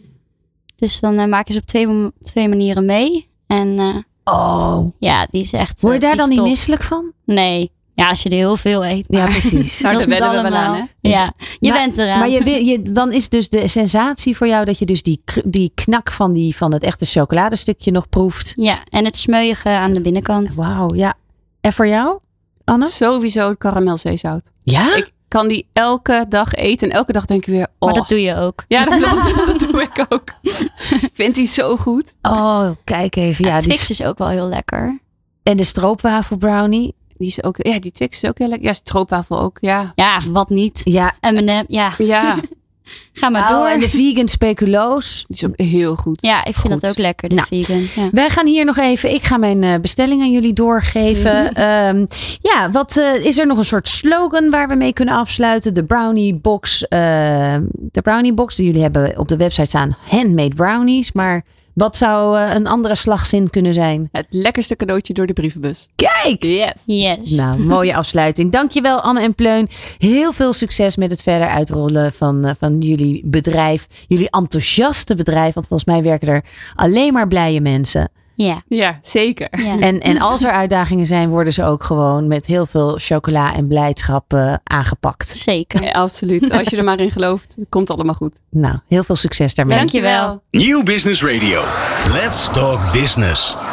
S6: Dus dan uh, maak je ze op twee, twee manieren mee. En uh,
S4: Oh.
S6: ja, die is echt...
S4: Word je
S6: uh,
S4: daar dan
S6: die
S4: niet
S6: is top.
S4: misselijk van?
S6: Nee. Ja, als je er heel veel eet.
S4: Ja,
S6: maar-
S4: precies.
S5: Nou,
S6: Dat
S5: daar
S6: moet
S5: wennen we wel
S6: allemaal.
S5: aan, hè?
S6: Ja, je
S4: Maar-
S6: bent eraan.
S4: Maar je, wil- je, dan is dus de sensatie voor jou dat je dus die, k- die knak van, die, van het echte chocoladestukje nog proeft.
S6: Ja, en het smeuïge aan de binnenkant.
S4: Wauw, ja. En voor jou, Anne?
S5: Sowieso het karamelzeezout.
S4: Ja?
S5: Ik kan die elke dag eten. En elke dag denk ik weer... Oh.
S6: Maar dat doe je ook.
S5: Ja, dat klopt. Dat doe ik ook. Vindt hij zo goed.
S4: Oh, kijk even. Ja,
S6: Ja,
S4: die,
S6: Twix is ook wel heel lekker.
S4: en de stroopwafel brownie.
S5: Die is ook... Ja, die Twix is ook heel lekker. Ja, stroopwafel ook. Ja.
S6: Ja, wat niet.
S4: Ja.
S6: M en M, ja,
S5: Ja.
S6: ga maar
S4: Oh,
S6: door.
S4: en de vegan speculoos.
S5: Die is ook heel goed.
S6: Ja, ik vind
S5: Goed.
S6: dat ook lekker, de
S4: Nou.
S6: vegan. Ja.
S4: Wij gaan hier nog even, ik ga mijn uh, bestelling aan jullie doorgeven. Ehm, ja, wat uh, is er nog een soort slogan waar we mee kunnen afsluiten? De brownie box. Uh, de brownie box die jullie hebben op de website staan. Handmade brownies. Maar wat zou uh, een andere slagzin kunnen zijn?
S5: Het lekkerste cadeautje door de brievenbus.
S4: Kijk!
S5: Yes.
S6: Yes.
S4: Nou, mooie afsluiting. Dankjewel Anne en Pleun. Heel veel succes met het verder uitrollen van, uh, van jullie bedrijf. Jullie enthousiaste bedrijf. Want volgens mij werken er alleen maar blije mensen.
S6: Ja.
S5: Ja, zeker.
S6: Ja.
S4: En, en als er uitdagingen zijn, worden ze ook gewoon met heel veel chocola en blijdschap uh, aangepakt.
S6: Zeker.
S5: Ja, absoluut. Als je er maar in gelooft, komt allemaal goed.
S4: Nou, heel veel succes daarmee.
S6: Dankjewel.
S2: Nieuw Business Radio. Let's talk business.